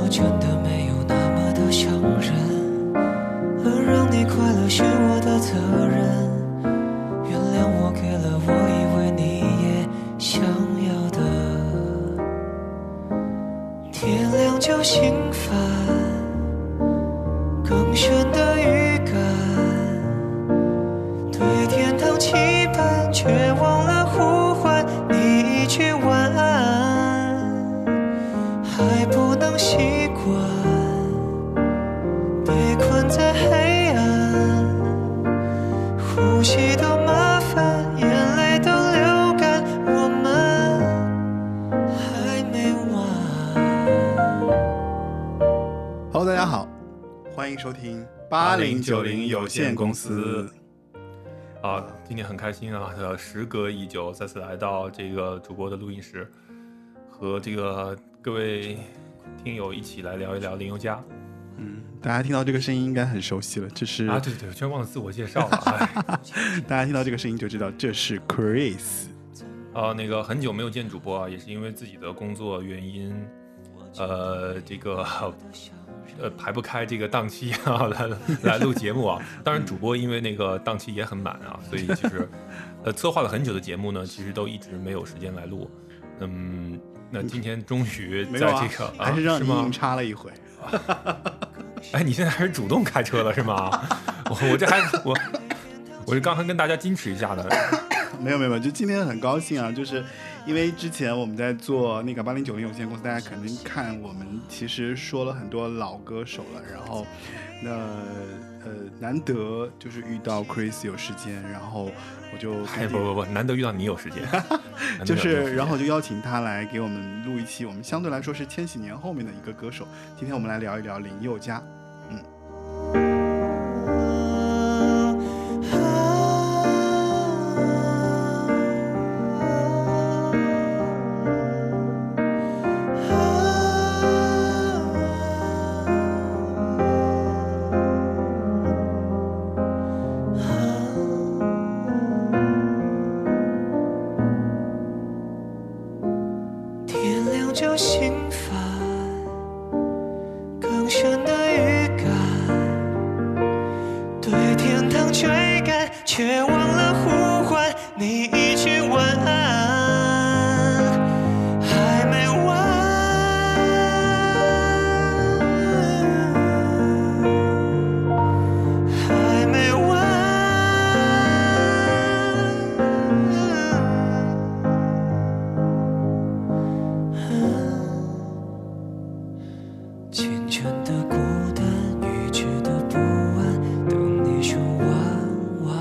真的没有那么的伤人，而让你快乐是我的责任。原谅我给了我以为你也想要的，天亮就心烦，更深的预感，对天堂期盼，却忘了呼唤你一句晚安，还不能习惯被困在黑暗，呼吸都麻烦，眼泪都流干，我们还没完。 Hello， 大家好，欢迎收听8090有限公司。 今天很开心啊！时隔已久，再次来到这个主播的录音室，和这个各位听友一起来聊一聊林宥嘉。 大家听到这个声音应该很熟悉了，这是对，我居然忘了自我介绍了。 大家听到这个声音就知道这是 Chris。 那个很久没有见主播啊，也是因为自己的工作原因，这个排不开这个档期啊，来录节目啊。当然，主播因为那个档期也很满啊，所以其实策划了很久的节目呢，其实都一直没有时间来录。那今天终于在这个还是让你吗硬插了一回。 哎，你现在还是主动开车了是吗？我是刚刚跟大家矜持一下的。 没有，就今天很高兴啊，就是因为之前我们在做那个8090有限公司，大家肯定看我们其实说了很多老歌手了，然后难得就是遇到 Chris 有时间，然后我就不，难得遇到你有时间， 就是然后就邀请他来给我们录一期我们相对来说是千禧年后面的一个歌手，今天我们来聊一聊林宥嘉。 天亮就心烦，更深的预感，对天堂追赶，却忘了呼唤你一句晚安，还没完，还没完。缱绻的孤单，预知的不安，等你说晚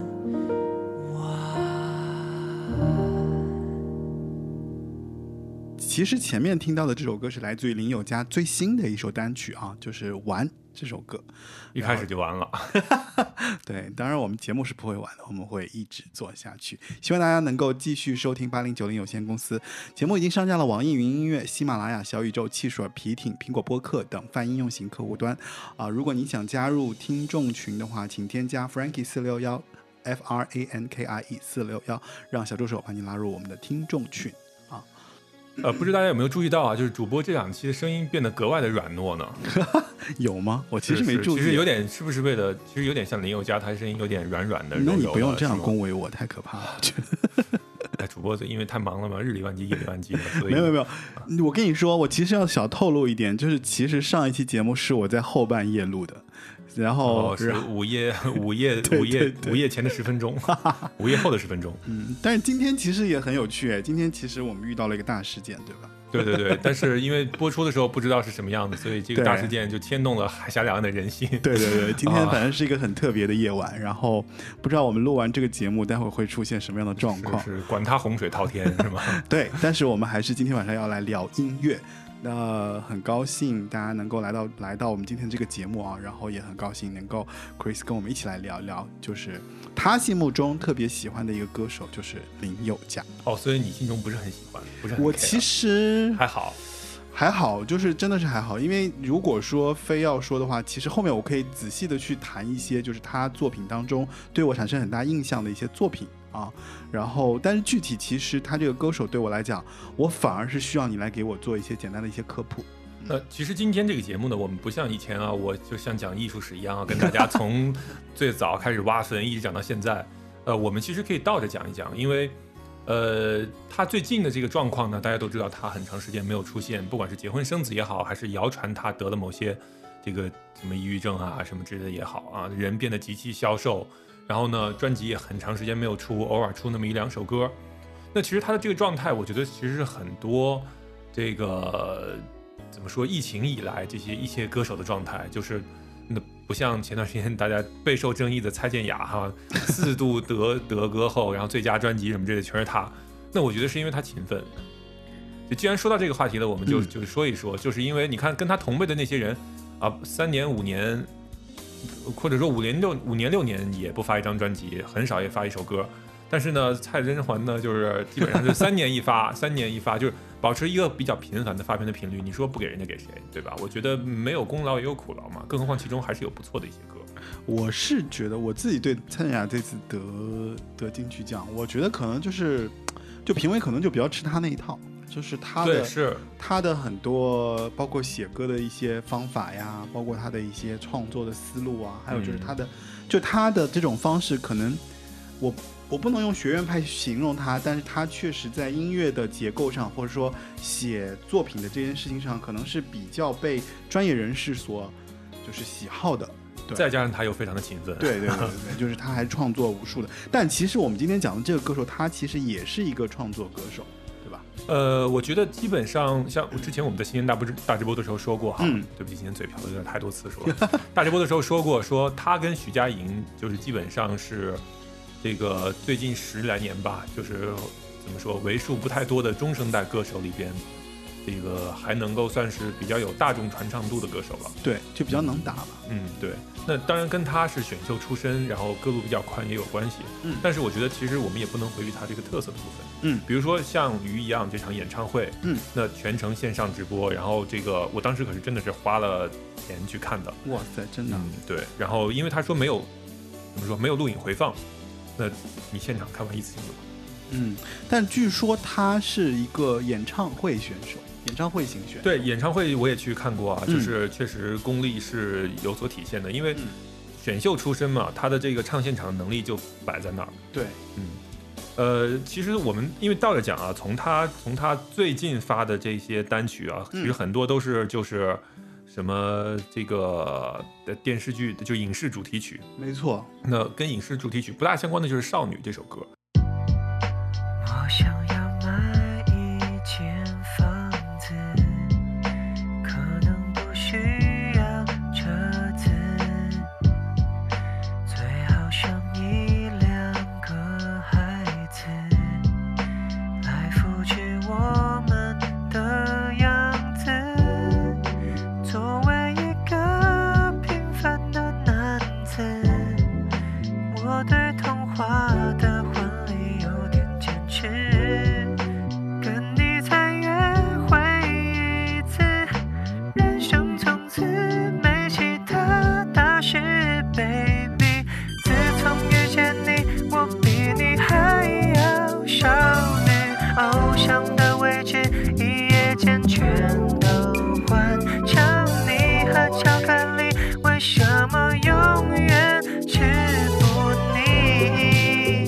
其实前面听到的这首歌是来自于林宥嘉最新的一首单曲啊，就是《完》这首歌， 一开始就完了。 对，当然我们节目是不会完的，我们会一直做下去。希望大家能够继续收听8090有限公司节目，已经上架了网易云音乐、喜马拉雅、小宇宙、汽水、皮艇、苹果播客等泛应用型客户端如果你想加入听众群的话，请添加 Frankie461 FRANKIE 461，让小助手把你拉入我们的听众群。 不知道大家有没有注意到啊？就是主播这两期的声音变得格外的软糯呢。 有吗？我其实没注意。 其实有点，是不是为了？其实有点像林宥嘉，他声音有点软软的。 那你不用这样恭维我，太可怕了。我觉得。主播因为太忙了嘛，日理万机，夜理万机的。所以没有，我跟你说，我其实要小透露一点，就是其实上一期节目是我在后半夜录的。然后是午夜前的10分钟，午夜后的10分钟。 但是今天其实也很有趣，今天其实我们遇到了一个大事件，对吧？ 对，但是因为播出的时候不知道是什么样子，所以这个大事件就牵动了海峡两岸的人心。 对，今天反正是一个很特别的夜晚，然后不知道我们录完这个节目待会会出现什么样的状况。 是管他洪水滔天是吗？ 对，但是我们还是今天晚上要来聊音乐。那很高兴大家能够来到我们今天这个节目啊，然后也很高兴能够 Chris 跟我们一起来聊一聊，就是他心目中特别喜欢的一个歌手就是林宥嘉。 所以你心中不是很喜欢，不是很 care。 我其实还好， 就是真的是还好，因为如果说非要说的话，其实后面我可以仔细的去谈一些就是他作品当中对我产生很大印象的一些作品啊，然后但是具体其实他这个歌手对我来讲，我反而是需要你来给我做一些简单的一些科普。 其实今天这个节目呢，我们不像以前啊，我就像讲艺术史一样啊，跟大家从最早开始挖坟，一直讲到现在。我们其实可以倒着讲一讲，因为他最近的这个状况呢，大家都知道，他很长时间没有出现，不管是结婚生子也好，还是谣传他得了某些这个什么抑郁症啊什么之类的也好啊，人变得极其消瘦，然后呢，专辑也很长时间没有出，偶尔出那么1-2首歌。那其实他的这个状态，我觉得其实是很多这个怎么说，疫情以来一些歌手的状态，就是那不像前段时间大家备受争议的蔡健雅哈，4度得歌后，然后最佳专辑什么之类的全是他。那我觉得是因为他勤奋。就既然说到这个话题了，我们就说一说，就是因为你看跟他同辈的那些人啊，3年5年，或者说5年6年也不发一张专辑，很少也发一首歌。但是呢，蔡甄嬛呢，就是基本上是3年一发，3年一发，就是保持一个比较频繁的发片的频率。你说不给人家给谁，对吧？我觉得没有功劳也有苦劳嘛，更何况其中还是有不错的一些歌。 我是觉得我自己对蔡健雅这次得金曲奖，我觉得可能就评委可能就比较吃他那一套，就是他的很多包括写歌的一些方法呀，包括他的一些创作的思路啊，还有就是他的这种方式，可能我不能用学院派去形容他，但是他确实在音乐的结构上，或者说写作品的这件事情上，可能是比较被专业人士所就是喜好的。 再加上他又非常的勤奋， 对，就是他还创作无数的。但其实我们今天讲的这个歌手，他其实也是一个创作歌手，对吧？ 我觉得基本上像之前我们在新年大直播的时候说过哈，对不起，今天嘴瓢的有点太多次说了。大直播的时候说他跟徐佳莹就是基本上是这个最近10来年吧，就是怎么说，为数不太多的中生代歌手里边，这个还能够算是比较有大众传唱度的歌手了。 对，就比较能打吧。 对。那当然跟他是选秀出身，然后歌路比较宽也有关系。但是我觉得其实我们也不能回避他这个特色的部分。比如说像鱼一样这场演唱会，那全程线上直播，然后这个我当时可是真的是花了钱去看的。 哇塞，真的。 对。然后因为他说没有录影回放，那你现场看完一次性就完。 但据说他是一个演唱会选手。演唱会型选手， 对，演唱会我也去看过啊，就是确实功力是有所体现的，因为选秀出身嘛，他的这个唱现场能力就摆在那儿。 对， 其实我们因为倒着讲啊，从他最近发的这些单曲啊，其实很多都是就是什么这个电视剧就影视主题曲。 没错， 那跟影视主题曲不大相关的就是《少女》这首歌。 我想要买一间房子，可能不需要车子，最好像1-2个孩子，来复制我们的样子。作为一个平凡的男子，我对童话的婚礼有点坚持，跟你再约会一次，人生从此没其他大事 baby。 自从遇见你，我比你还要少女，偶像的位置一夜间全都换成你和巧克力，为什么永远吃不腻？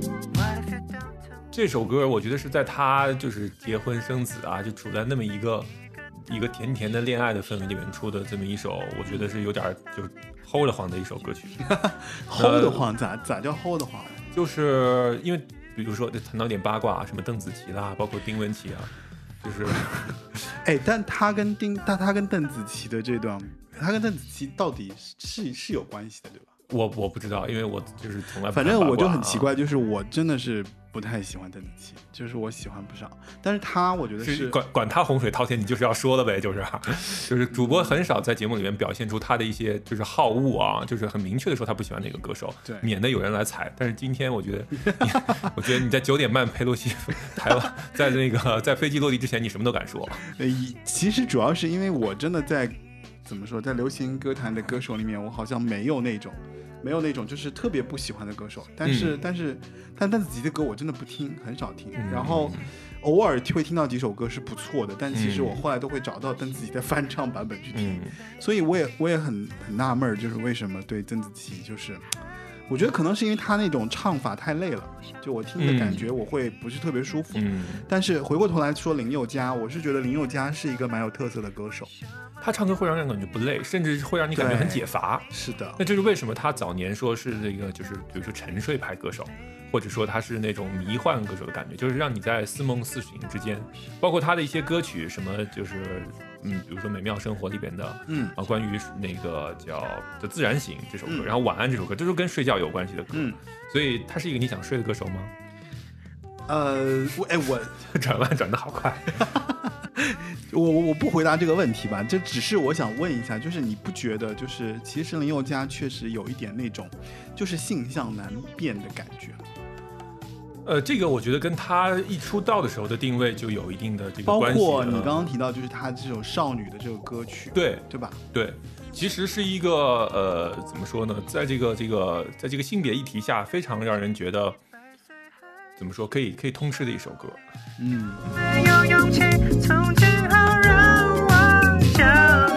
这首歌我觉得是在他就是结婚生子啊，就处在那么一个甜甜的恋爱的氛围里面出的这么一首，我觉得是有点就齁得慌的一首歌曲。 齁得慌咋叫齁得慌？ 就是因为比如说谈到点八卦，什么邓紫棋啦，包括丁文琪啊，就是但他跟邓紫棋的这段，他跟邓紫棋到底是有关系的，对吧？ 我不知道，因为我就是从来不反正我就很奇怪，就是我真的是不太喜欢邓紫棋，就是我喜欢不上，但是他我觉得是管他洪水滔天，你就是要说了呗，就是主播很少在节目里面表现出他的一些就是好恶啊，就是很明确的说他不喜欢哪个歌手， 对， 免得有人来踩。但是今天我觉得你在9点半佩洛西台湾在飞机落地之前，你什么都敢说。 其实主要是因为我真的在怎么说，在流行歌坛的歌手里面，我好像没有那种就是特别不喜欢的歌手，但邓紫棋的歌我真的不听，很少听。然后偶尔会听到几首歌是不错的，但其实我后来都会找到邓紫棋的翻唱版本去听，所以我也很纳闷，就是为什么对邓紫棋就是。我觉得可能是因为他那种唱法太累了，就我听的感觉我会不是特别舒服。但是回过头来说林宥嘉，我是觉得林宥嘉是一个蛮有特色的歌手， 他唱歌会让人感觉不累，甚至会让你感觉很解乏。 是的， 那这是为什么他早年说是那个就是比如说沉睡派歌手，或者说他是那种迷幻歌手的感觉，就是让你在似梦似醒之间，包括他的一些歌曲什么就是比如说《美妙生活》里边的关于那个叫自然醒这首歌，然后晚安这首歌，这都跟睡觉有关系的歌，所以他是一个你想睡的歌手吗？ 我转弯转得好快。 我不回答这个问题吧，这只是我想问一下，就是你不觉得就是其实林宥嘉确实有一点那种就是性向难辨的感觉？ 这个我觉得跟他一出道的时候的定位就有一定的这个关系， 包括你刚刚提到就是他这首少女的这个歌曲，对吧？ 对，其实是一个怎么说呢，在这个性别议题下，非常让人觉得怎么说可以通吃的一首歌。 没有勇气从今后让我想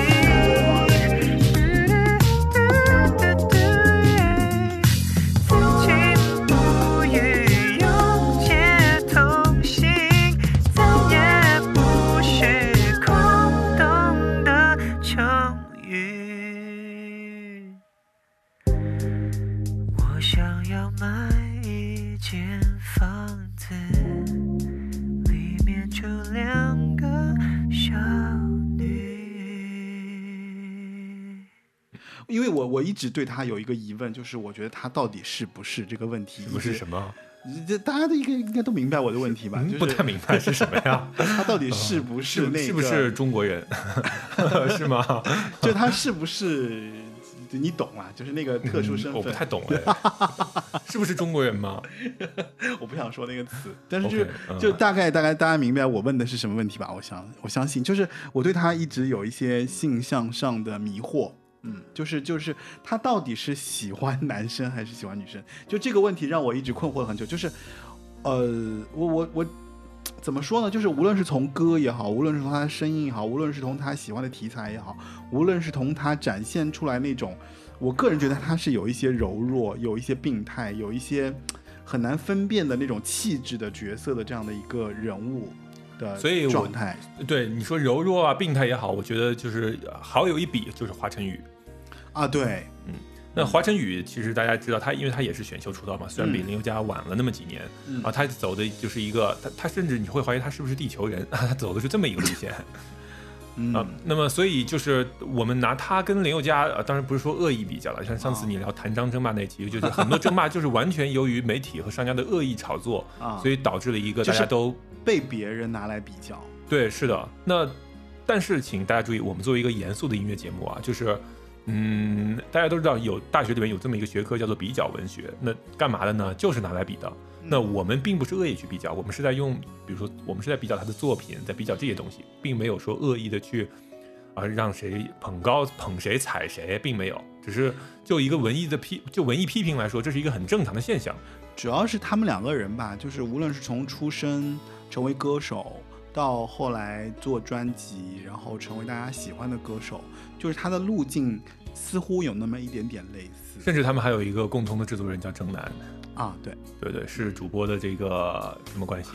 因为我一直对他有一个疑问，就是我觉得他到底是不是这个问题， 是不是什么？ 大家应该都明白我的问题吧？ 不太明白是什么呀？ 他到底是不是那个？ 是不是中国人？是吗？ 就他是不是？你懂啊？就是那个特殊身份， 我不太懂哎。是不是中国人吗？ 我不想说那个词，但是就大概大家明白我问的是什么问题吧？我相信，就是我对他一直有一些性向上的迷惑。就是他到底是喜欢男生还是喜欢女生？就这个问题让我一直困惑了很久。就是，我怎么说呢？就是无论是从歌也好，无论是从他的声音也好，无论是从他喜欢的题材也好，无论是从他展现出来那种，我个人觉得他是有一些柔弱，有一些病态，有一些很难分辨的那种气质的角色的这样的一个人物。 所以状态， 对你说柔弱啊、病态也好，我觉得就是好有一比，就是华晨宇啊，对， 那华晨宇其实大家知道他，因为他也是选秀出道嘛，虽然比林宥嘉晚了那么几年，他走的就是一个他甚至你会怀疑他是不是地球人，他走的是这么一个路线。那么所以就是我们拿他跟林宥嘉，当然不是说恶意比较了，像上次你聊谭张争霸那期，就是很多争霸就是完全由于媒体和商家的恶意炒作，所以导致了一个大家都被别人拿来比较。 对，是的。那但是请大家注意，我们作为一个严肃的音乐节目啊，就是大家都知道有大学里面有这么一个学科叫做比较文学，那干嘛的呢？就是拿来比的。那我们并不是恶意去比较，我们是在用，比如说我们是在比较他的作品，在比较这些东西，并没有说恶意的去让谁捧高捧谁踩谁，并没有，只是就一个文艺批评来说，这是一个很正常的现象。 主要是他们两个人吧，就是无论是从出身成为歌手，到后来做专辑，然后成为大家喜欢的歌手，就是他的路径似乎有那么一点点类似。 甚至他们还有一个共同的制作人叫郑楠。 啊，对， 是主播的这个什么关系？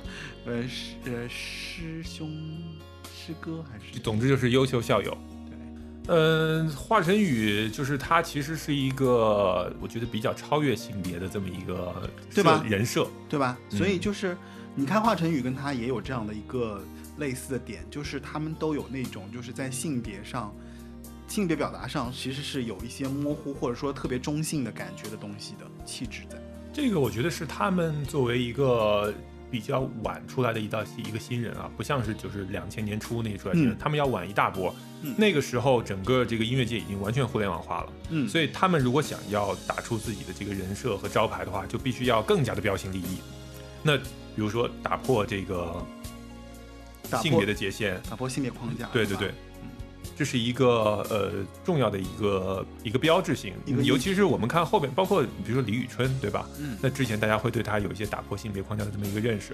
师兄、师哥还是？ 总之就是优秀校友。对，华晨宇就是他其实是一个我觉得比较超越性别的这么一个对吧人设， 对吧？所以就是你看华晨宇跟他也有这样的一个类似的点，就是他们都有那种就是在性别表达上其实是有一些模糊或者说特别中性的感觉的东西的气质在。 这个我觉得是他们作为一个比较晚出来的一个新人啊，不像是就是2000年初那一出来新人，他们要晚一大波。那个时候整个这个音乐界已经完全互联网化了，所以他们如果想要打出自己的这个人设和招牌的话，就必须要更加的标新立异。那比如说打破这个性别的界限， 打破性别框架， 对，这是一个重要的一个标志性，尤其是我们看后边，包括比如说李宇春，对吧？那之前大家会对他有一些打破性别框架的这么一个认识，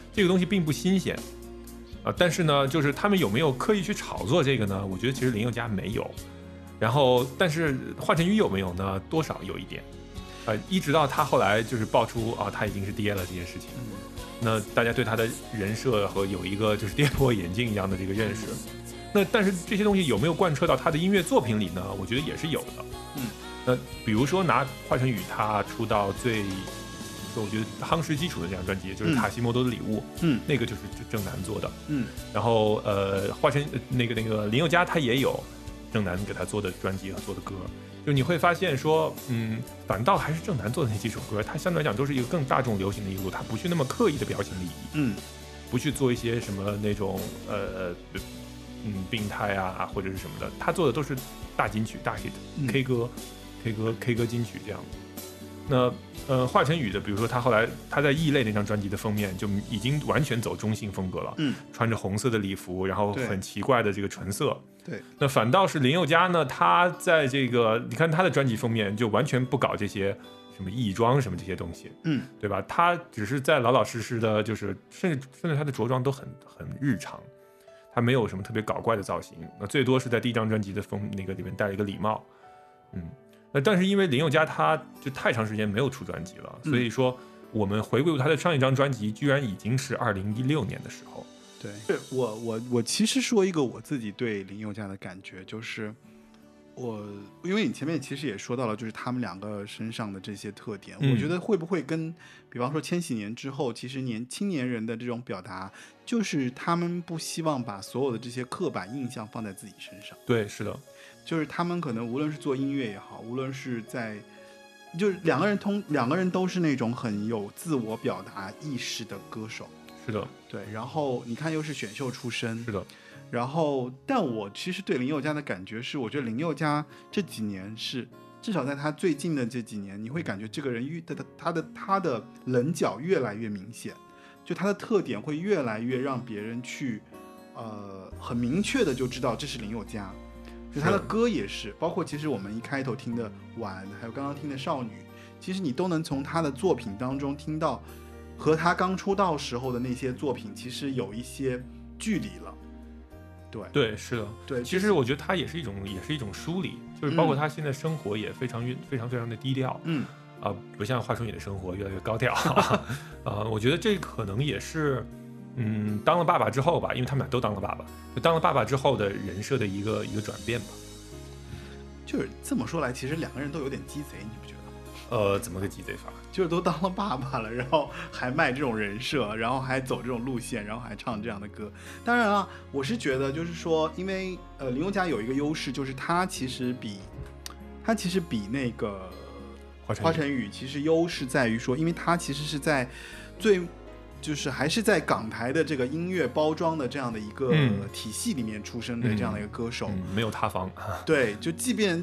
这个东西并不新鲜但是呢，就是他们有没有刻意去炒作这个呢？我觉得其实林宥嘉没有，然后但是华晨宇有没有呢？多少有一点，一直到他后来就是爆出他已经是爹了这件事情，那大家对他的人设和有一个就是跌破眼镜一样的这个认识，那但是这些东西有没有贯彻到他的音乐作品里呢？我觉得也是有的，那比如说拿华晨宇他出道最。我觉得夯实基础的这张专辑就是《塔西莫多的礼物》，那个就是郑楠做的，然后华晨那个林宥嘉他也有郑楠给他做的专辑和做的歌，就你会发现说，反倒还是郑楠做的那几首歌，他相对来讲都是一个更大众流行的一个路，他不去那么刻意的表情礼仪，不去做一些什么那种病态啊或者是什么的，他做的都是大金曲、大 hit、K 歌金曲这样子。那华晨宇的，比如说他后来他在《异类》那张专辑的封面就已经完全走中性风格了，穿着红色的礼服，然后很奇怪的这个唇色。 对， 那反倒是林宥嘉呢，他在这个你看他的专辑封面就完全不搞这些什么异装什么这些东西，对吧？他只是在老老实实的，就是甚至他的着装都很日常，他没有什么特别搞怪的造型。那最多是在第一张专辑的那个里面戴了一个礼帽，那但是因为林宥嘉他就太长时间没有出专辑了，所以说我们回顾他的上一张专辑居然已经是2016年的时候。 对，我其实说一个我自己对林宥嘉的感觉，就是因为你前面其实也说到了，就是他们两个身上的这些特点，我觉得会不会跟比方说千禧年之后，其实青年人的这种表达，就是他们不希望把所有的这些刻板印象放在自己身上。 对，是的。 就是他们可能无论是做音乐也好，无论是就是两个人都是那种很有自我表达意识的歌手。 是的， 对。然后你看又是选秀出身。是的。 然后，但我其实对林宥嘉的感觉是，我觉得林宥嘉这几年是至少在他最近的这几年，你会感觉这个人他的棱角越来越明显，就他的特点会越来越让别人去很明确的就知道这是林宥嘉。就他的歌也是，包括其实我们一开头听的《晚》，还有刚刚听的《少女》，其实你都能从他的作品当中听到和他刚出道时候的那些作品其实有一些距离了。 对，是的， 对。 其实我觉得他也是一种梳理，就是包括他现在生活也非常的低调，不像华晨宇的生活越来越高调，我觉得这可能也是。当了爸爸之后吧，因为他们俩都当了爸爸，就当了爸爸之后的人设的一个转变吧。 就是这么说来，其实两个人都有点鸡贼，你不觉得？ 怎么个鸡贼法？ 就是都当了爸爸了，然后还卖这种人设，然后还走这种路线，然后还唱这样的歌。当然了，我是觉得就是说，因为林宥嘉有一个优势，就是他其实比那个华晨宇其实优势在于说，因为他其实是在就是还是在港台的这个音乐包装的这样的一个体系里面出生的这样的一个歌手， 没有塌房。 对，就即便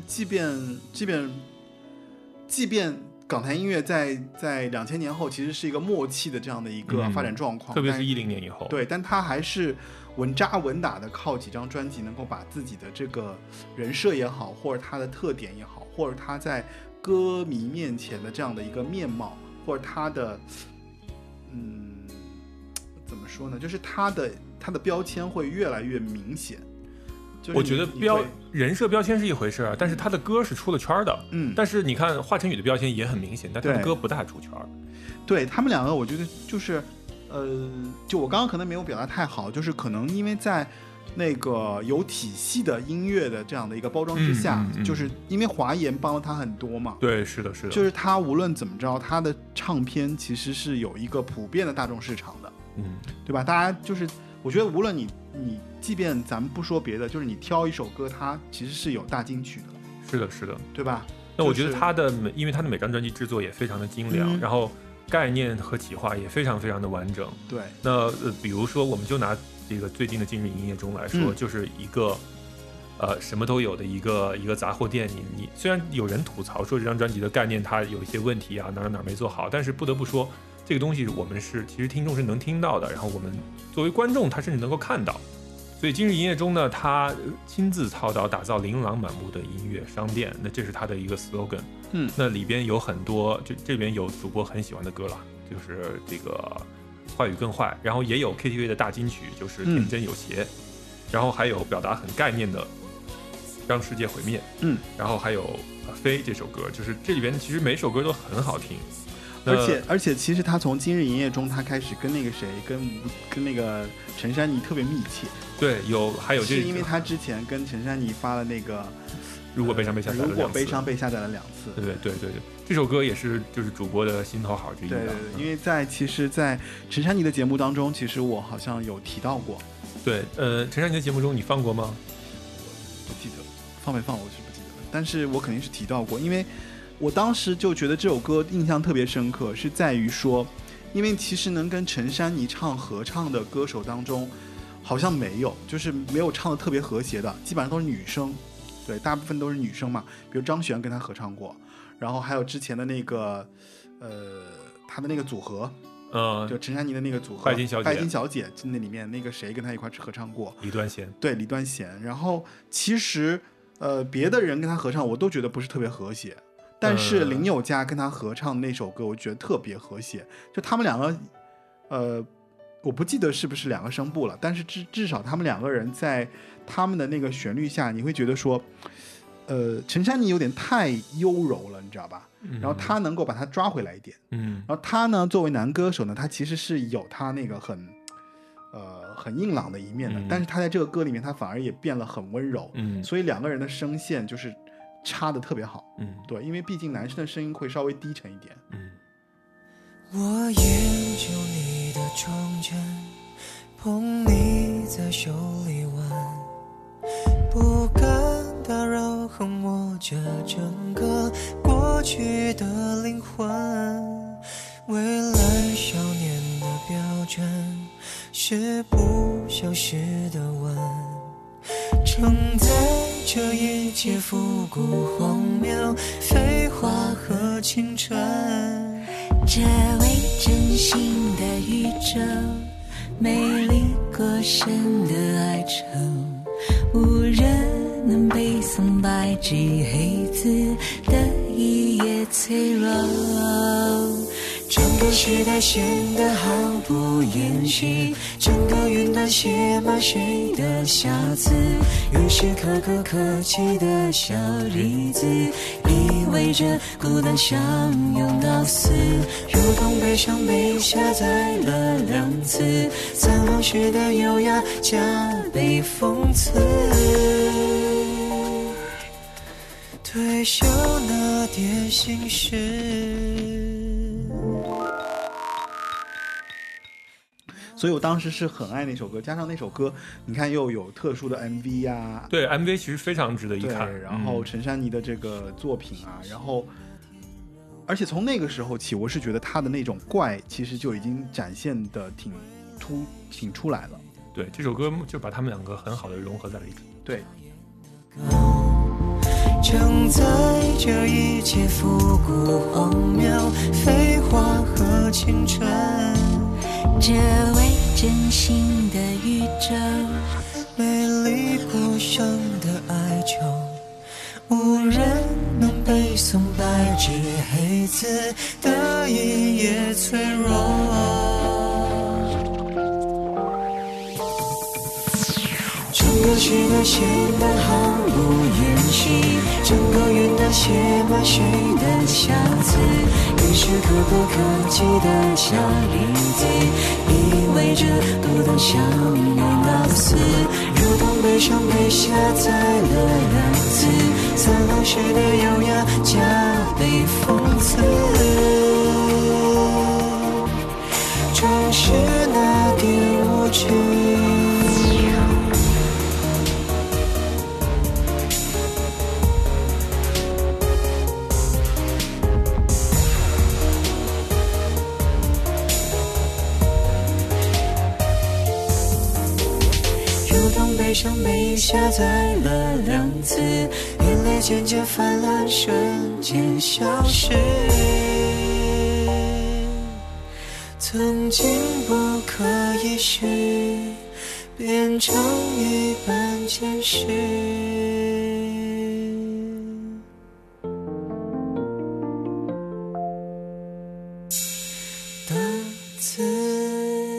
港台音乐在2000年后其实是一个默契的这样的一个发展状况， 特别是10年以后。 对，但他还是稳扎稳打的靠几张专辑能够把自己的这个人设也好，或者他的特点也好，或者他在歌迷面前的这样的一个面貌，或者他的怎么说呢？就是他的标签会越来越明显。 我觉得人设标签是一回事，但是他的歌是出了圈的。但是你看华晨宇的标签也很明显，但他的歌不大出圈。 对，他们两个，我觉得就是就我刚刚可能没有表达太好，就是可能因为在那个有体系的音乐的这样的一个包装之下，就是因为华研帮了他很多嘛。 对，是的， 就是他无论怎么着，他的唱片其实是有一个普遍的大众市场的。对吧？大家就是我觉得无论你即便咱们不说别的，就是你挑一首歌，它其实是有大金曲的。 是的， 对吧？ 那我觉得因为他的每张专辑制作也非常的精良，然后概念和企划也非常的完整。 对。 那比如说我们就拿这个最近的今日营业中来说，就是一个什么都有的一个杂货店。你虽然有人吐槽说这张专辑的概念它有一些问题啊，哪没做好，但是不得不说这个东西我们其实听众是能听到的，然后我们作为观众他甚至能够看到。所以今日营业中呢，他亲自操刀打造琳琅满目的音乐商店，那这是他的一个 slogan。那里边有很多，这边有主播很喜欢的歌了，就是这个坏与更坏，然后也有 KTV 的大金曲，就是天真有邪，然后还有表达很概念的让世界毁灭，然后还有飞这首歌，就是这里边其实每首歌都很好听。 而且其实他从今日营业中他开始跟那个谁跟那个陈珊妮特别密切。 对，还有这个， 是因为他之前跟陈珊妮发了那个如果悲伤被下载了2次， 如果悲伤被下载了2次。 对，这首歌也是就是主播的心头好之一。 对，因为其实，在陈珊妮的节目当中，其实我好像有提到过。 对，陈珊妮的节目中你放过吗？ 不记得放没放我是不记得，但是我肯定是提到过，因为我当时就觉得这首歌印象特别深刻，是在于说，因为其实能跟陈珊妮唱合唱的歌手当中，好像没有，就是没有唱的特别和谐的，基本上都是女生，对，大部分都是女生嘛，比如张悬跟她合唱过，然后还有之前的那个，她的那个组合。就陈珊妮的那个组合拜金小姐那里面那个谁跟她一块合唱过， 李端贤。 对，李端贤。然后其实别的人跟她合唱我都觉得不是特别和谐，但是林宥嘉跟她合唱那首歌我觉得特别和谐，就他们两个我不记得是不是2个声部了，但是至少他们2个人在他们的那个旋律下，你会觉得说陈珊妮有点太优柔了，你知道吧？然后他能够把他抓回来一点，然后他呢，作为男歌手呢，他其实是有他那个很硬朗的一面的，但是他在这个歌里面，他反而也变了很温柔，所以2个人的声线就是插的特别好，对，因为毕竟男生的声音会稍微低沉一点， 我研究你的装帧，捧你在手里玩，不敢打扰横我这整个过去的灵魂，未来少年的标准是不消失的吻，承载这一切复古荒谬废话和青春， 这位真心的宇宙，美丽过深的哀愁，无人能背诵白纸黑字的一页脆弱， 整个时代显得毫不掩饰，整个云端写满谁的瑕疵，于是可歌可泣的小日子，意味着孤单相拥到死，如同悲伤被下载了2次，苍老时的优雅加倍讽刺，退休那点心事。 所以我当时是很爱那首歌，加上那首歌你看又有特殊的 MV 呀， 对 MV 其实非常值得一看， 然后陈珊妮的这个作品啊，然后而且从那个时候起，我是觉得她的那种怪其实就已经展现的挺出来了， 对，这首歌就把他们2个很好的融合在了一起， 对， 承载这一切复古荒谬废话和青春， 这位真心的宇宙， 美丽过剩的哀愁，无人能背诵白纸黑字的一页脆弱，整个时代显得毫不掩饰，整个云端写满谁的瑕疵，于是可歌可泣的小日子，意味着孤单相拥到死，如同悲伤被下载了2次，苍老时的优雅加倍讽刺，正是那点无知，悲伤被下载了2次，眼泪渐渐泛滥，瞬间消失，曾经不可一世变成一般见识的字。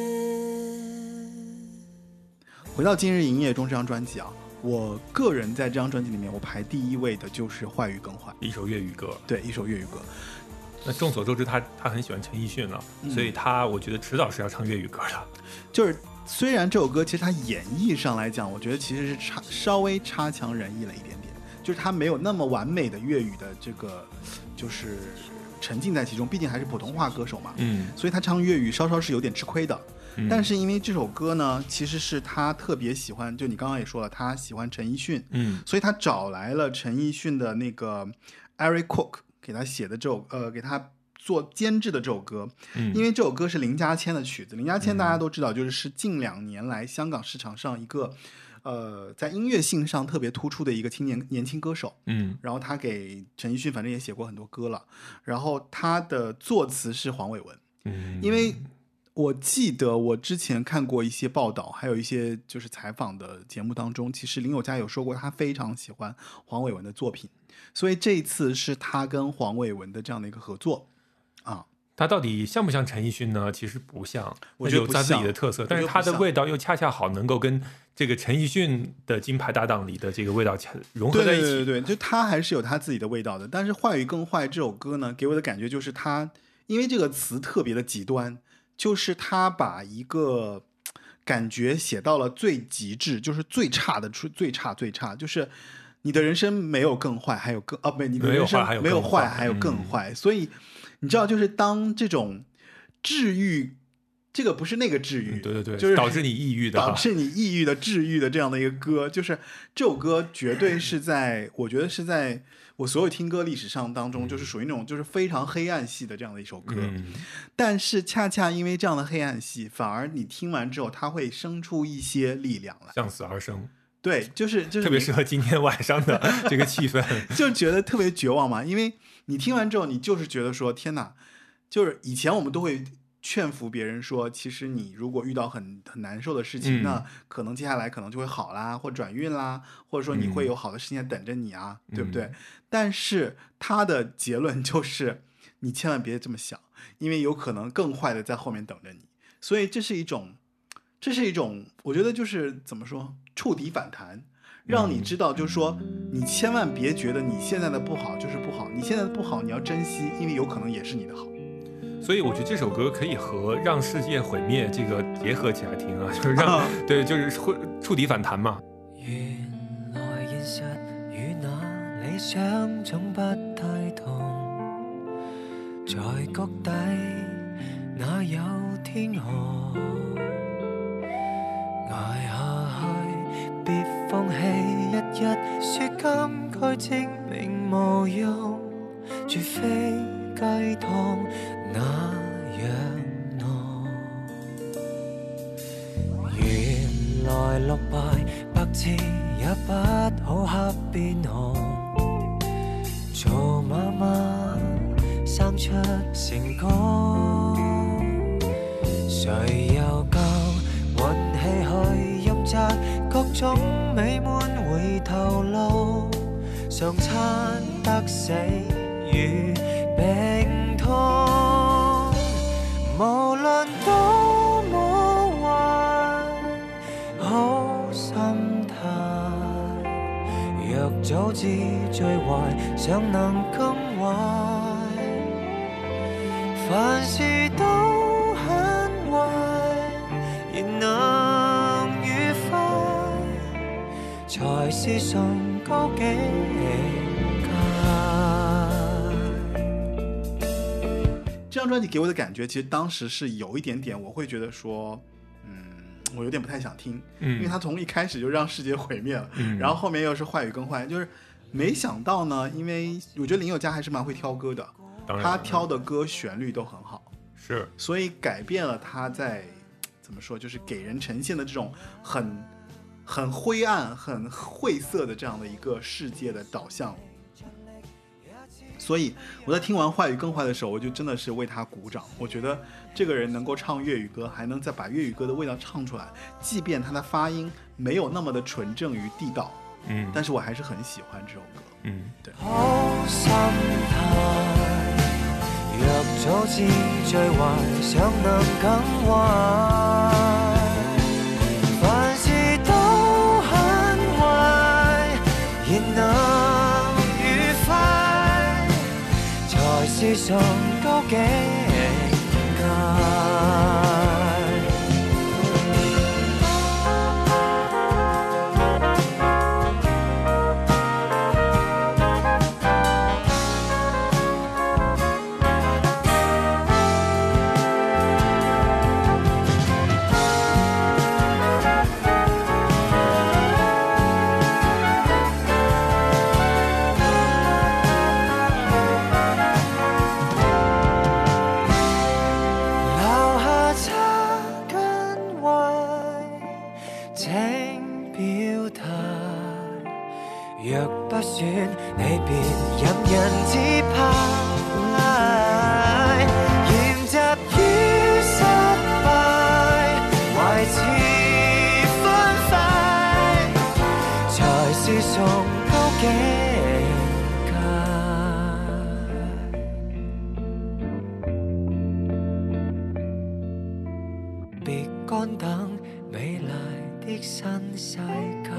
回到今日营业中这张专辑啊，我个人在这张专辑里面，我排第1位的就是《坏与更坏》， 一首粤语歌。 对，一首粤语歌。 那众所周知他很喜欢陈奕迅了，所以我觉得迟早是要唱粤语歌的。 就是虽然这首歌其实它演绎上来讲，我觉得其实是稍微差强人意了一点点，就是它没有那么完美的粤语的这个就是沉浸在其中，毕竟还是普通话歌手嘛，所以他唱粤语稍稍是有点吃亏的。但是因为这首歌呢，其实是他特别喜欢，就你刚刚也说了，他喜欢陈奕迅，所以他找来了陈奕迅的那个 Eric Cook 给他写的这首给他做监制的这首歌，因为这首歌是林家谦的曲子。林家谦大家都知道，就是近2年来香港市场上一个在音乐性上特别突出的一个年轻歌手，然后他给陈奕迅反正也写过很多歌了，然后他的作词是黄伟文，因为我记得我之前看过一些报道，还有一些就是采访的节目当中，其实林宥嘉有说过他非常喜欢黄伟文的作品，所以这一次是他跟黄伟文的这样的一个合作啊。 他到底像不像陈奕迅呢？其实不像， 我觉得有他自己的特色，但是他的味道又恰恰好能够跟这个陈奕迅的金牌搭档里的这个味道融合在一起。 对，就他还是有他自己的味道的。但是《坏与更坏》这首歌呢，给我的感觉就是他，因为这个词特别的极端，就是他把一个感觉写到了最极致，就是最差的最差，就是你的人生没有更坏，还有更不，你的人生没有坏，还有更坏。所以你知道，就是当这种治愈，这个不是那个治愈， 对， 就是导致你抑郁的治愈的这样的一个歌，就是这首歌绝对是在我觉得是在我所有听歌历史上当中，就是属于那种就是非常黑暗系的这样的一首歌。但是恰恰因为这样的黑暗系，反而你听完之后，它会生出一些力量来， 向死而生。 对，就是特别适合今天晚上的这个气氛， 就觉得特别绝望嘛。因为你听完之后，你就是觉得说，天哪！就是以前我们都会劝服别人说，其实你如果遇到很难受的事情，那可能接下来可能就会好啦，或转运啦，或者说你会有好的事情等着你啊，对不对？但是他的结论就是，你千万别这么想，因为有可能更坏的在后面等着你。所以这是一种，我觉得就是怎么说，触底反弹，让你知道，就是说，你千万别觉得你现在的不好就是不好，你现在的不好你要珍惜，因为有可能也是你的好。 所以我觉得这首歌可以和《让世界毁灭》这个结合起来听啊，就是让对，就是触底反弹嘛。 原來現實與那理想總不太同，在谷底哪有天河？捱下去，別放棄，日日說今該證明無用，除非雞湯那樣濃。原來落敗白字也不好黑變紅，做媽媽生出成功，誰又夠運氣去陰責各種美滿回頭路，常撐得死與病痛，無論多麼壞，好心態，若早知最壞，尚能更壞，凡事都很壞，仍能愉快，才是崇高境界。 这张专辑给我的感觉，其实当时是有一点点，我会觉得说，我有点不太想听，因为他从一开始就让世界毁灭了，然后后面又是坏与更坏，就是没想到呢，因为我觉得林宥嘉还是蛮会挑歌的，他挑的歌旋律都很好， 是， 所以改变了他在怎么说，就是给人呈现的这种很灰暗、很晦涩的这样的一个世界的导向。所以我在听完《坏与更坏》的时候，我就真的是为他鼓掌。我觉得这个人能够唱粤语歌，还能再把粤语歌的味道唱出来，即便他的发音没有那么的纯正与地道，但是我还是很喜欢这首歌。对。 好心態，若早知最壞，尚能更壞，凡事都便能愉快，才是崇高境界。你別任人指派，言習於失敗，維持歡快，才是崇高境界。別乾等美麗的新世界。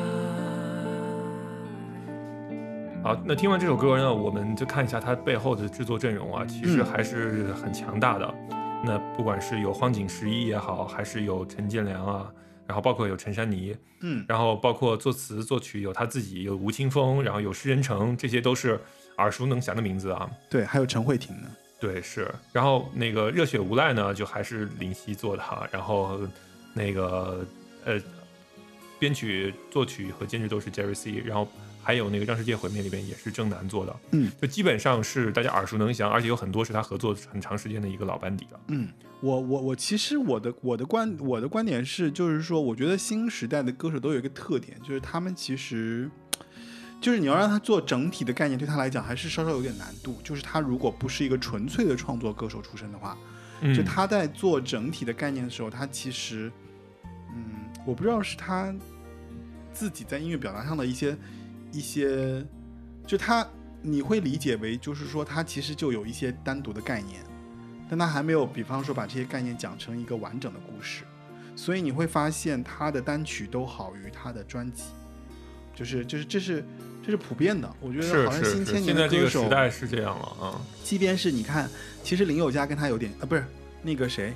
好，那听完这首歌呢，我们就看一下它背后的制作阵容啊，其实还是很强大的。那不管是有荒井十一也好，还是有陈建良啊，然后包括有陈珊妮，然后包括作词作曲有他自己，有吴青峰，然后有施仁成，这些都是耳熟能详的名字啊。 对，还有陈慧婷呢。 对，是。然后那个热血无赖呢，就还是林夕做的哈，然后那个编曲、作曲和监制都是 Jerry C， 然后还有那个《让世界毁灭》里边也是郑楠做的，就基本上是大家耳熟能详，而且有很多是他合作很长时间的一个老班底了。 我其实我的观点是，就是说，我觉得新时代的歌手都有一个特点，就是他们其实就是你要让他做整体的概念，对他来讲还是稍稍有点难度。就是他如果不是一个纯粹的创作歌手出身的话，就他在做整体的概念的时候，他其实我不知道是他自己在音乐表达上的一些，就你会理解为就是说他其实就有一些单独的概念，但他还没有比方说把这些概念讲成一个完整的故事，所以你会发现他的单曲都好于他的专辑，这是普遍的。我觉得好像新千年的歌手现在这个时代是这样了啊。 即便是你看，其实林宥嘉跟他有点不是那个谁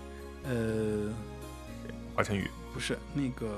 华晨宇不是那个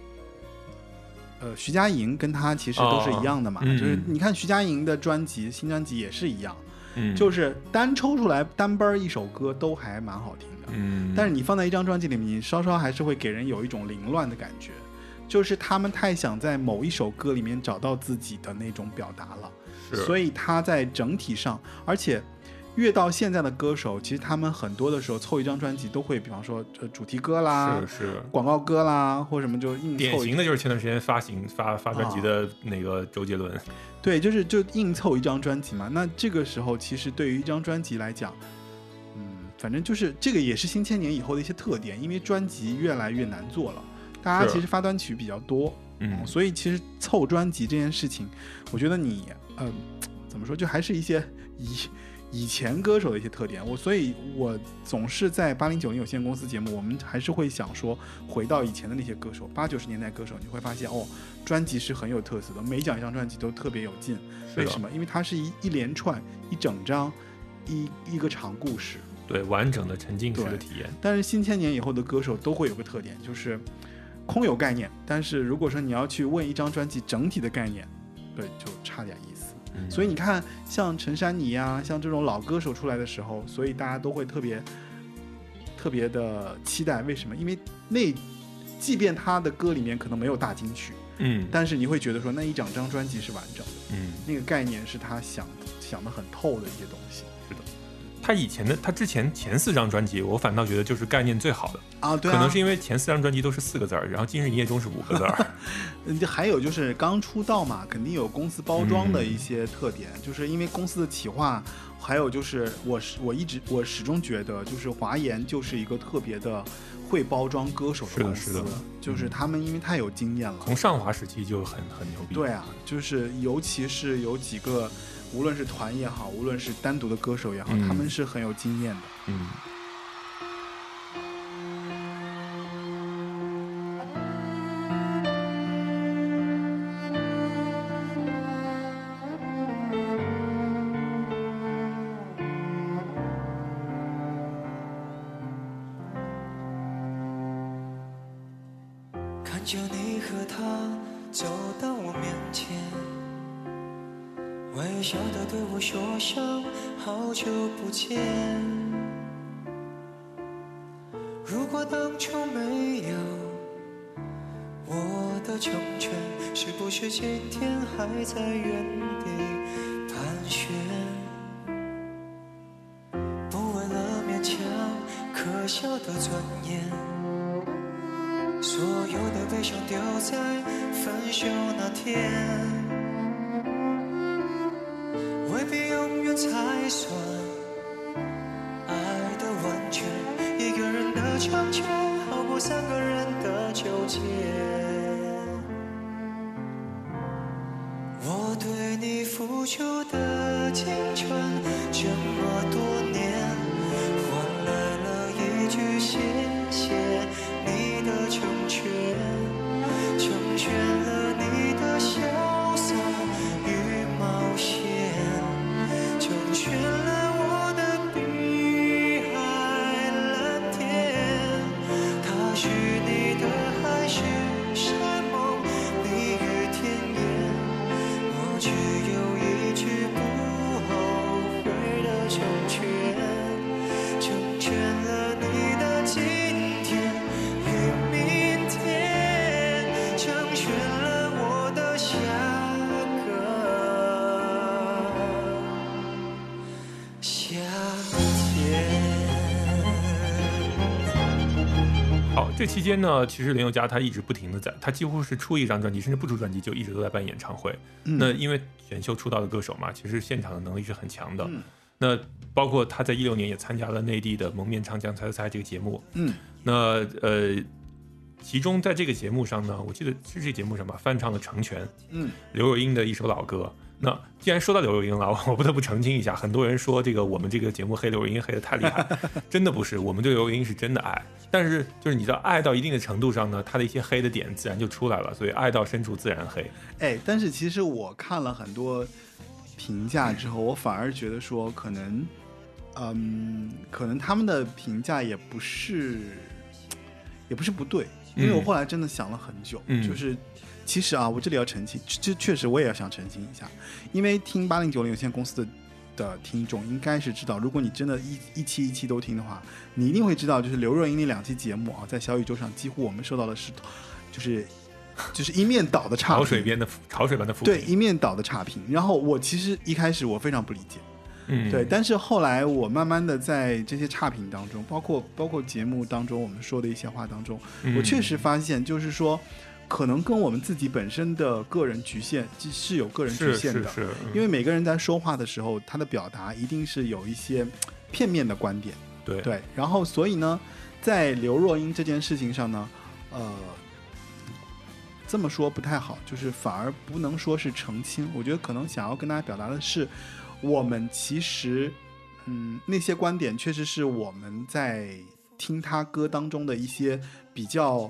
徐佳莹跟他其实都是一样的嘛，就是你看徐佳莹的专辑新专辑也是一样，就是单抽出来单奔一首歌都还蛮好听的，但是你放在一张专辑里面，你稍稍还是会给人有一种凌乱的感觉，就是他们太想在某一首歌里面找到自己的那种表达了，所以他在整体上，而且越到现在的歌手，其实他们很多的时候凑一张专辑都会，比方说主题歌啦， 是广告歌啦，或什么就硬凑。 典型的就是前段时间发专辑的那个周杰伦， 对，就硬凑一张专辑嘛。那这个时候其实对于一张专辑来讲，反正就是这个也是新千年以后的一些特点，因为专辑越来越难做了，大家其实发单曲比较多，所以其实凑专辑这件事情，我觉得你怎么说，就还是一些以前歌手的一些特点，所以我总是在8090有限公司节目，我们还是会想说回到以前的那些歌手，80、90年代歌手，你会发现专辑是很有特色的，每讲一张专辑都特别有劲。为什么？因为它是一连串一整张一个长故事， 对，完整的沉浸式的体验。 但是新千年以后的歌手都会有个特点，就是空有概念，但是如果说你要去问一张专辑整体的概念，对，就差点意思。所以你看像陈珊妮啊，像这种老歌手出来的时候，所以大家都会特别的期待。为什么？因为即便他的歌里面可能没有大金曲，但是你会觉得说那一整张专辑是完整的，那个概念是他想得很透的一些东西。 是的，他之前前4张专辑，我反倒觉得就是概念最好的啊，对啊， 可能是因为前4张专辑都是4个字儿，然后今日营业中是5个字儿。 还有就是刚出道嘛，肯定有公司包装的一些特点，就是因为公司的企划，还有就是我始终觉得，就是华研就是一个特别的会包装歌手的公司，就是他们因为太有经验了， 从上华时期就很牛逼。 对啊，就是尤其是有几个，无论是团也好，无论是单独的歌手也好，他们是很有经验的。 看着你和他走到我面前，微笑地对我说声好久不见。如果当初没有我的成全，是不是今天还在原地盘旋？不为了勉强可笑的尊严，所有的悲伤丢在分手那天，未必永远才算爱的完全。一个人的成全好过三个人的纠结。我对你付出的青春这么多年，换来了一句谢谢你的成全，成全了你的潇洒与冒险，成全了我的碧海蓝天。他是你的海誓山盟，蜜语甜言，我只有一句不后悔的成全，成全了你的今天与明天，成全了我的下个夏天。 好，这期间呢，其实林宥嘉他一直不停的他几乎是出一张专辑，甚至不出专辑就一直都在办演唱会。那因为选秀出道的歌手嘛，其实现场的能力是很强的。那包括他在16年也参加了内地的《蒙面唱将猜猜猜》这个节目。那其中在这个节目上呢，我记得是这个节目上吧，翻唱了《成全》，刘若英的一首老歌。那既然说到刘若英了，我不得不澄清一下，很多人说这个我们这个节目黑刘若英黑得太厉害，真的不是，我们对刘若英是真的爱，但是就是你知道爱到一定的程度上呢，他的一些黑的点自然就出来了，所以爱到深处自然黑。 但是其实我看了很多评价之后，我反而觉得说可能他们的评价也不是不对，因为我后来真的想了很久，就是其实啊，我这里要澄清，这确实我也要想澄清一下，因为听8090有限公司的听众应该是知道，如果你真的一期都听的话，你一定会知道，就是刘若英那2期节目啊，在小宇宙上几乎我们收到的是就是一面倒的差评， 潮水般的负评， 对，一面倒的差评。然后我其实一开始我非常不理解，对，但是后来我慢慢的在这些差评当中，包括节目当中我们说的一些话当中，我确实发现，就是说，可能跟我们自己本身的个人局限是有个人局限的，因为每个人在说话的时候，他的表达一定是有一些片面的观点，对，然后所以呢，在刘若英这件事情上呢，这么说不太好，就是反而不能说是澄清，我觉得可能想要跟大家表达的是，我们其实那些观点确实是我们在听他歌当中的一些比较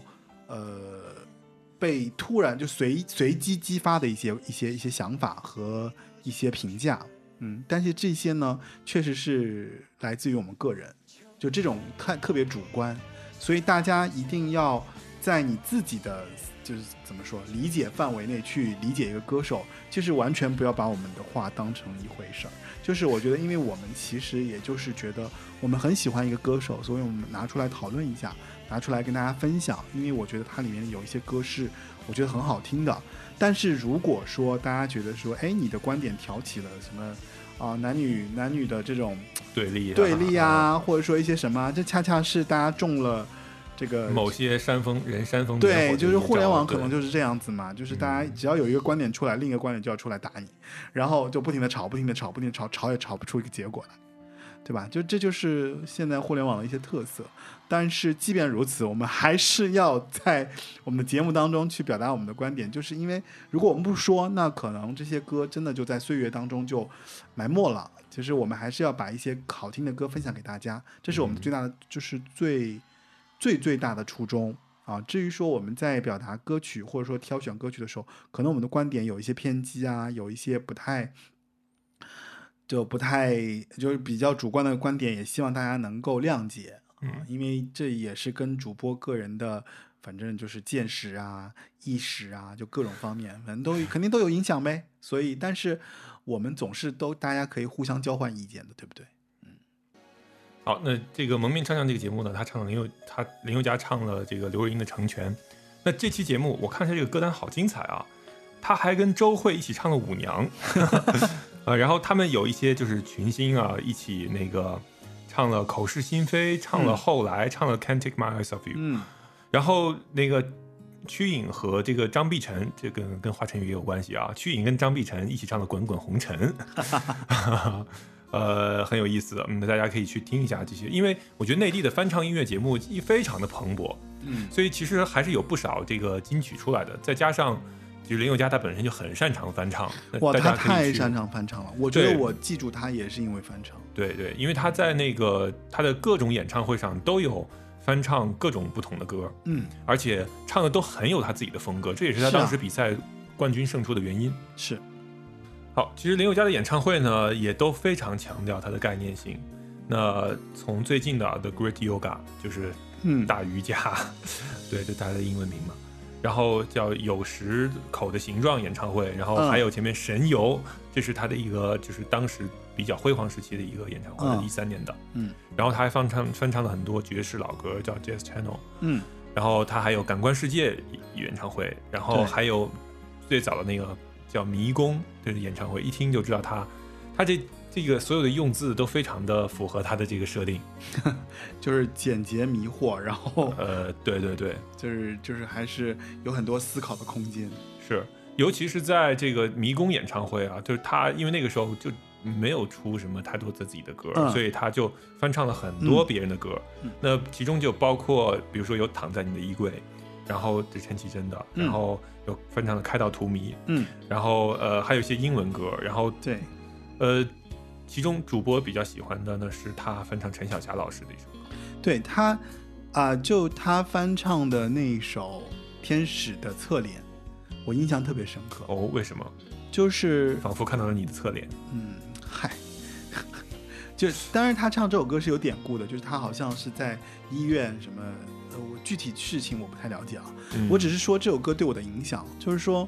被突然就随机激发的一些想法和一些评价，但是这些呢确实是来自于我们个人，就这种特别主观，所以大家一定要在你自己的就是怎么说理解范围内去理解一个歌手，就是完全不要把我们的话当成一回事儿。就是我觉得因为我们其实也就是觉得我们很喜欢一个歌手，所以我们拿出来讨论一下，拿出来跟大家分享，因为我觉得它里面有一些歌是我觉得很好听的。但是如果说大家觉得说你的观点挑起了什么男女的这种对立啊，或者说一些什么，这恰恰是大家中了这个某些煽风对，就是互联网可能就是这样子嘛，就是大家只要有一个观点出来，另一个观点就要出来打你，然后就不停的吵也吵不出一个结果来，对吧？这就是现在互联网的一些特色。但是即便如此，我们还是要在我们的节目当中去表达我们的观点，就是因为如果我们不说，那可能这些歌真的就在岁月当中就埋没了。其实我们还是要把一些好听的歌分享给大家，这是我们最大的，就是最大的初衷啊。至于说我们在表达歌曲或者说挑选歌曲的时候，可能我们的观点有一些偏激啊，有一些不太就是比较主观的观点，也希望大家能够谅解啊，因为这也是跟主播个人的反正就是见识啊、意识啊，就各种方面，反正肯定都有影响呗。所以，但是我们总是大家可以互相交换意见的，对不对？ 好，那这个蒙面唱将这个节目呢，林宥嘉唱了这个刘若英的《成全》。那这期节目我看一下这个歌单好精彩啊，他还跟周蕙一起唱了《舞娘》然后他们有一些就是群星啊，一起那个唱了《口是心非》，唱了《后来》，唱了《Can't Take My Eyes Off You》。然后那个曲颖和这个张碧晨，这个跟华晨宇也有关系啊。曲颖跟张碧晨一起唱了《滚滚红尘》很有意思。大家可以去听一下这些，因为我觉得内地的翻唱音乐节目非常的蓬勃，所以其实还是有不少这个金曲出来的。再加上，就是林宥嘉他本身就很擅长翻唱， 哇，他太擅长翻唱了。我觉得我记住他也是因为翻唱。 对对，因为他在那个他的各种演唱会上都有翻唱各种不同的歌，而且唱的都很有他自己的风格，这也是他当时比赛冠军胜出的原因。 是。 好，其实林宥嘉的演唱会呢，也都非常强调它的概念性。那从最近的 The Great Yoga 就是大瑜伽，对，这它的英文名嘛。然后叫有10口的形状演唱会，然后还有前面神游，这是他的一个就是当时比较辉煌时期的一个演唱会，13年的。然后他还翻唱了很多爵士老歌，叫 Jazz Channel。然后他还有感官世界演唱会，然后还有最早的那个叫迷宫的演唱会，一听就知道他这个所有的用字都非常的符合他的这个设定， 就是简洁迷惑，然后对对对， 就是还是有很多思考的空间。 是，尤其是在这个迷宫演唱会啊，就是他因为那个时候就没有出什么太多自己的歌，所以他就翻唱了很多别人的歌。那其中就包括比如说有躺在你的衣柜，然后是陈绮贞的，然后有翻唱的开到荼蘼，然后还有一些英文歌，然后对， 其中主播比较喜欢的呢是他翻唱陈小霞老师的一首歌， 对他就他翻唱的那一首《天使的侧脸》，我印象特别深刻。 哦，为什么？ 就是仿佛看到了你的侧脸。 就当然他唱这首歌是有典故的，就是他好像是在医院什么，我具体事情我不太了解啊。我只是说这首歌对我的影响，就是说，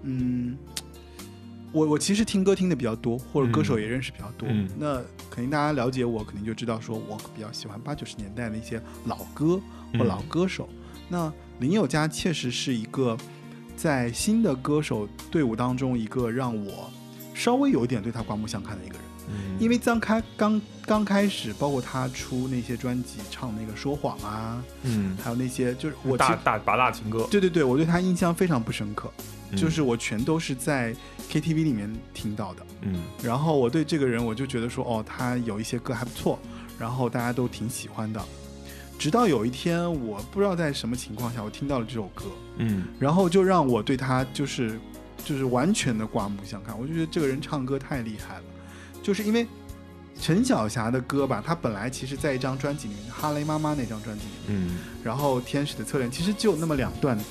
我其实听歌听的比较多，或者歌手也认识比较多。那肯定大家了解我，肯定就知道说我比较喜欢80、90年代的一些老歌或老歌手。那林宥嘉确实是一个在新的歌手队伍当中一个让我稍微有一点对他刮目相看的一个人。因为刚开始，包括他出那些专辑，唱那个说谎啊，还有那些就是我大拔辣情歌， 对对对，我对他印象非常不深刻，就是我全都是在 KTV 里面听到的，然后我对这个人我就觉得说，哦，他有一些歌还不错，然后大家都挺喜欢的，直到有一天我不知道在什么情况下我听到了这首歌，然后就让我对他就是完全的刮目相看，我就觉得这个人唱歌太厉害了。就是因为陈小霞的歌吧，她本来其实在一张专辑里面，哈雷妈妈那张专辑里面，然后天使的侧脸其实就那么两段，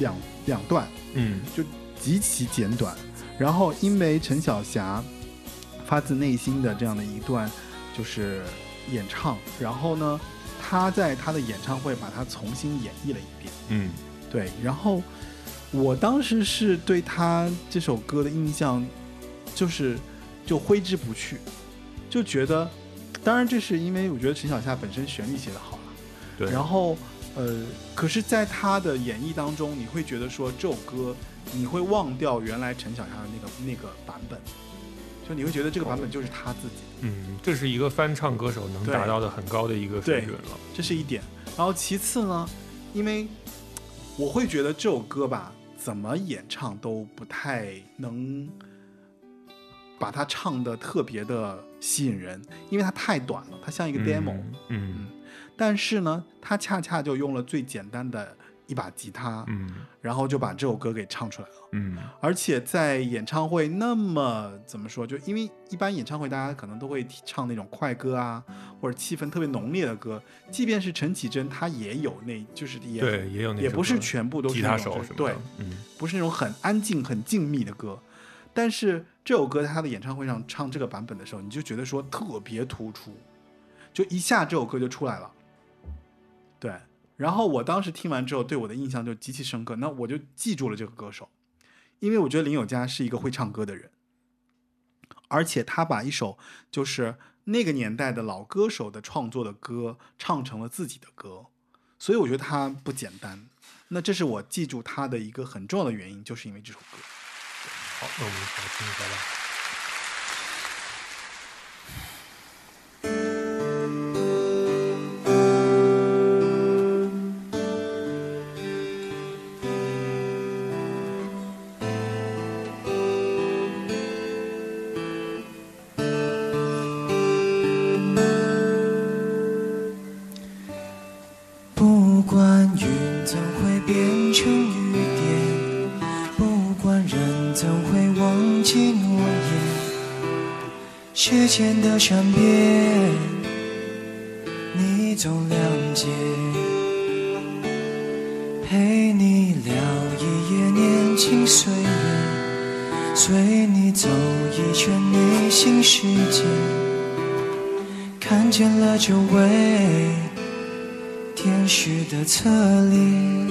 就极其简短。然后因为陈小霞发自内心的这样的一段就是演唱，然后呢，她在她的演唱会把它重新演绎了一遍，对。然后我当时是对她这首歌的印象就挥之不去，就觉得，当然这是因为我觉得陈小霞本身旋律写得好了， 对。 然后可是在她的演绎当中，你会觉得说这首歌，你会忘掉原来陈小霞的那个版本，就你会觉得这个版本就是她自己。 这是一个翻唱歌手能达到的很高的一个水准了， 这是一点。然后其次呢，因为我会觉得这首歌吧，怎么演唱都不太能把它唱得特别的吸引人，因为它太短了，它像一个 demo。但是呢，它恰恰就用了最简单的一把吉他，然后就把这首歌给唱出来了。而且在演唱会那么怎么说，就因为一般演唱会大家可能都会唱那种快歌啊，或者气氛特别浓烈的歌，即便是陈绮贞，她也有就是也有那也不是全部都是吉他手什么的， 对，不是那种很安静、很静谧的歌。但是这首歌在他的演唱会上唱这个版本的时候，你就觉得说特别突出，就一下这首歌就出来了，对。 然后我当时听完之后，对我的印象就极其深刻，那我就记住了这个歌手，因为我觉得林宥嘉是一个会唱歌的人，而且他把一首就是那个年代的老歌手的创作的歌唱成了自己的歌，所以我觉得他不简单。那这是我记住他的一个很重要的原因，就是因为这首歌。 好，那我们来听一下吧。 不管云怎会变成雨点，不管人怎会忘记诺言，时间的善变，你总谅解。陪你聊一夜年轻岁月，随你走一圈内心世界，看见了周围天使的侧脸，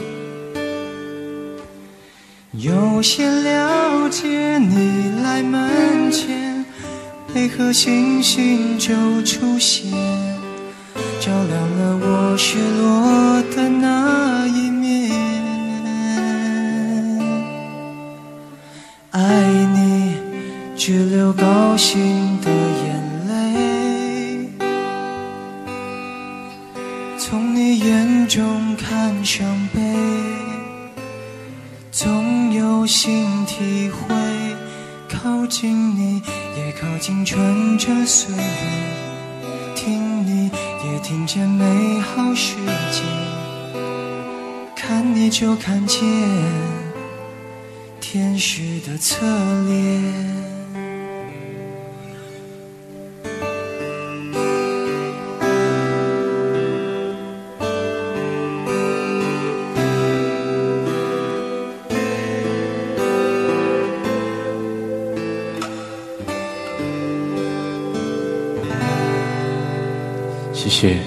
有些了解你来门前，配合星星就出现，照亮了我失落的那一面。爱你只流高兴的眼泪，从你眼中看伤悲，总有新体会，靠近你也靠近纯真岁月，听你也听见美好世界，看你就看见天使的侧脸。谢谢。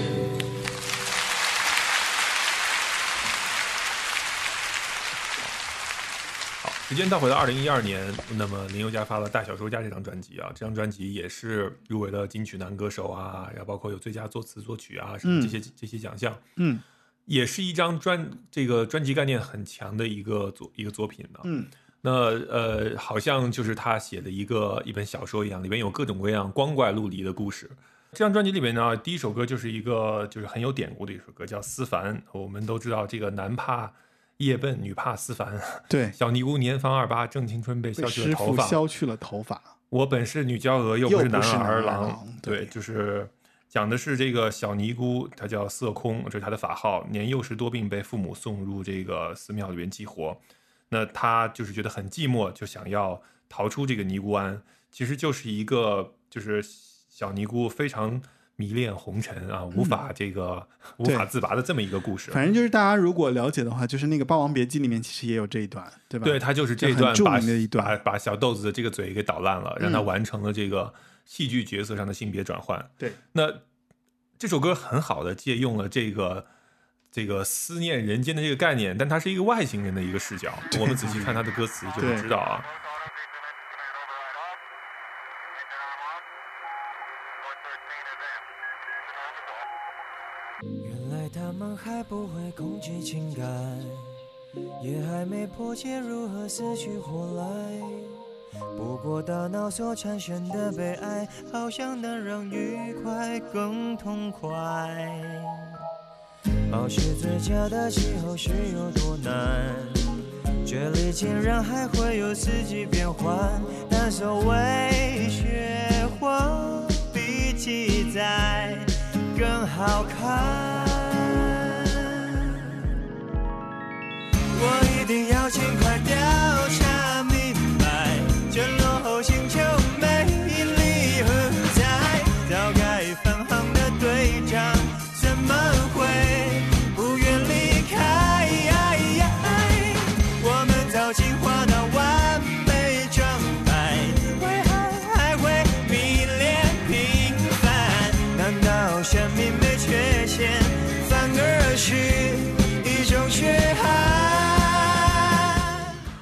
好，时间倒回到2012年，那么林宥嘉发了《大小说家》这张专辑啊，这张专辑也是入围了金曲男歌手啊，然后包括有最佳作词作曲啊什么这些奖项，也是一张这个专辑概念很强的一个作品呢。那好像就是他写的一本小说一样，里面有各种各样光怪陆离的故事。这张专辑里面呢，第一首歌就是一个就是很有典故的一首歌，叫《思凡》。我们都知道这个男怕夜奔，女怕思凡。 对， 小尼姑年方28，正青春被削去了头发。 削去了头发。 我本是女娇娥，又不是男儿郎。 对， 就是讲的是这个小尼姑，她叫色空，这是她的法号。年幼时多病，被父母送入这个寺庙里面寄活。那她就是觉得很寂寞，就想要逃出这个尼姑庵。其实就是一个就是小尼姑非常迷恋红尘啊，无法自拔的这么一个故事。 反正就是大家如果了解的话，就是那个《霸王别姬》里面其实也有这一段，对吧？ 对，他就是这一段著名的一段， 把小豆子的这个嘴给捣烂了，让他完成了这个戏剧角色上的性别转换。 对， 那这首歌很好的借用了这个思念人间的这个概念，但它是一个外星人的一个视角。我们仔细看他的歌词就会知道啊。 原来他们还不会控制情感，也还没破解如何死去活来。不过大脑所产生的悲哀，好像能让愉快更痛快。保持最佳的气候是有多难？这里竟然还会有四季变换，但所谓雪花比记载更好看。我一定要尽快调查明白，这落后星球魅力何在？早该返航的队长怎么会不愿离开？我们早进化到完美状态，为何还会迷恋平凡？难道生命没缺陷，反而是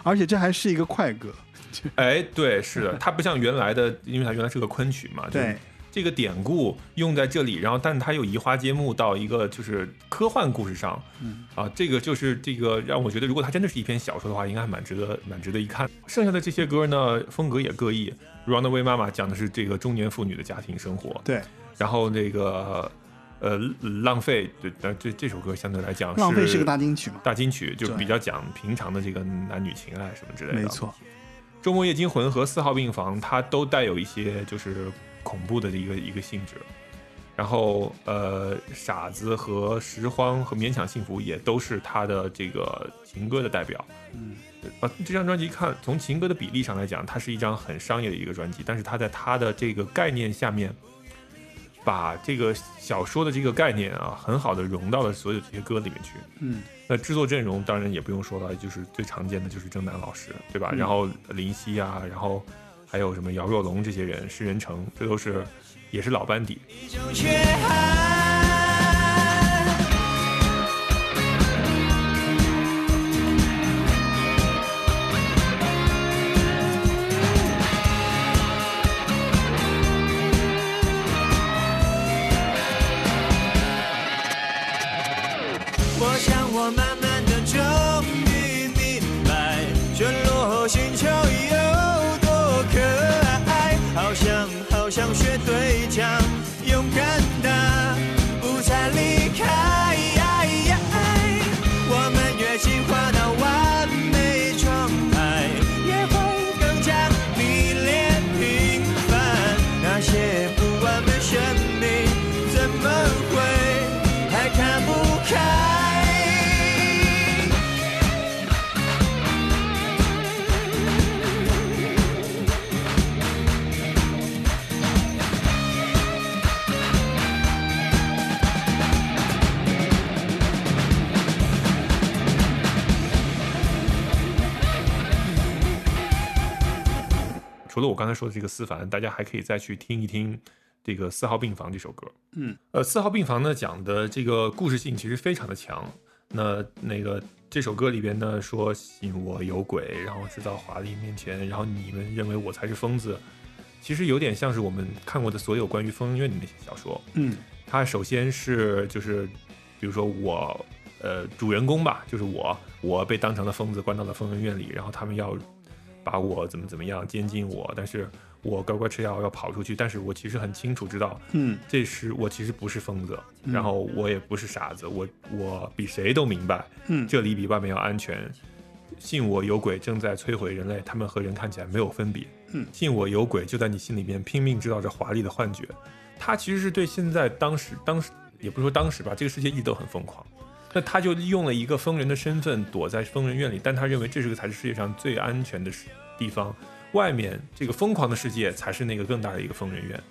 而且这还是一个快歌。 哎，对，是的，它不像原来的，因为它原来是个昆曲嘛， 对， 这个典故用在这里，然后但是它又移花接木到一个就是科幻故事上，这个就是这个让我觉得，如果它真的是一篇小说的话，应该还蛮值得一看。剩下的这些歌呢，风格也各异。Runaway 妈妈讲的是这个中年妇女的家庭生活， 对， 然后那个浪费，对，这首歌相对来讲浪费是个大金曲嘛， 大金曲就比较讲平常的这个男女情爱什么之类的， 没错。 周末夜惊魂和4号病房，它都带有一些就是恐怖的一个性质。然后傻子和拾荒和勉强幸福也都是他的这个情歌的代表。这张专辑看从情歌的比例上来讲，它是一张很商业的一个专辑，但是它在它的这个概念下面，把这个小说的这个概念啊，很好的融到了所有这些歌里面去。那制作阵容当然也不用说了，就是最常见的就是郑楠老师，对吧？然后林夕啊，然后还有什么姚若龙这些人，施人成，这都是也是老班底。 我想我慢慢的终于明白，坠落星球有多可爱，好想学对讲，勇敢的不再离开。我们越进化到完美状态，也会更加迷恋平凡。那些不完美生命，怎么会还看不开？ 除了我刚才说的这个思凡，大家还可以再去听一听这个4号病房这首歌。4号病房呢讲的这个故事性其实非常的强。那个这首歌里边呢说信我有鬼，然后制造华丽面前，然后你们认为我才是疯子，其实有点像是我们看过的所有关于疯人院的那些小说。它首先是就是比如说我主人公吧，就是我被当成了疯子关到了疯人院里，然后他们要把我怎么样监禁我，但是我乖乖吃药要跑出去，但是我其实很清楚知道，这时我其实不是疯子，然后我也不是傻子，我比谁都明白，这里比外面要安全。信我有鬼正在摧毁人类，他们和人看起来没有分别。信我有鬼就在你心里面拼命制造着华丽的幻觉。他其实是对现在当时也不是说当时吧，这个世界一直都很疯狂。那他就利用了一个疯人的身份躲在疯人院里，但他认为这是个才是世界上最安全的地方，外面这个疯狂的世界才是那个更大的一个疯人院。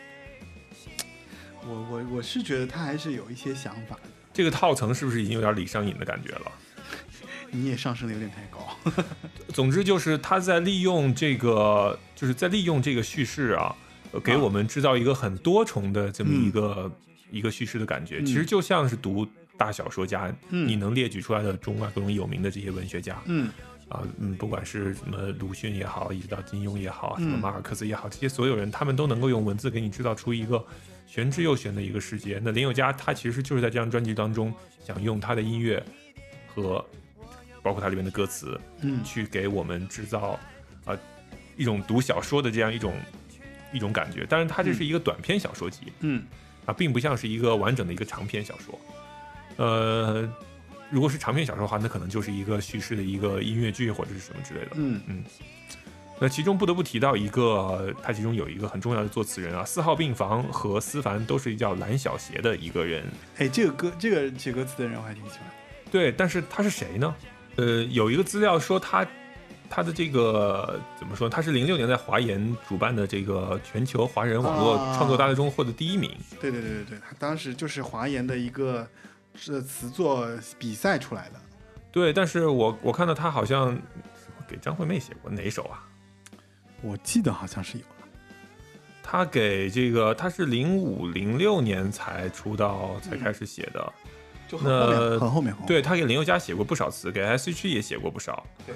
我是觉得他还是有一些想法的。 这个套层是不是已经有点李商隐的感觉了？ 你也上升的有点太高。 总之就是他在利用这个，叙事啊，给我们制造一个很多重的这么一个叙事的感觉。其实就像是读大小说家，你能列举出来的中外各种有名的这些文学家，不管是什么鲁迅也好，一直到金庸也好，什么马尔克斯也好，这些所有人他们都能够用文字给你制造出一个玄之又玄的一个世界。那林宥嘉他其实就是在这张专辑当中想用他的音乐和包括它里面的歌词，去给我们制造一种读小说的这样一种感觉。当然它这是一个短篇小说集，并不像是一个完整的一个长篇小说。如果是长篇小说的话，那可能就是一个叙事的一个音乐剧或者是什么之类的。那其中不得不提到一个，它其中有一个很重要的作词人啊，4号病房和思凡都是叫蓝小邪的一个人。 这个写歌词的人我还挺喜欢。 对，但是他是谁呢？有一个资料说他的这个怎么说？他是06年在华研主办的这个全球华人网络创作大赛中获得第1名。 对，他当时就是华研的一个词作比赛出来的。 对，但是我看到他好像给张惠妹写过哪首啊？ 我记得好像是有。 他给这个他是05、06年才出道才开始写的。 就很后面。 对，他给林宥嘉写过不少词，给 S.H.E 也写过不少。 对，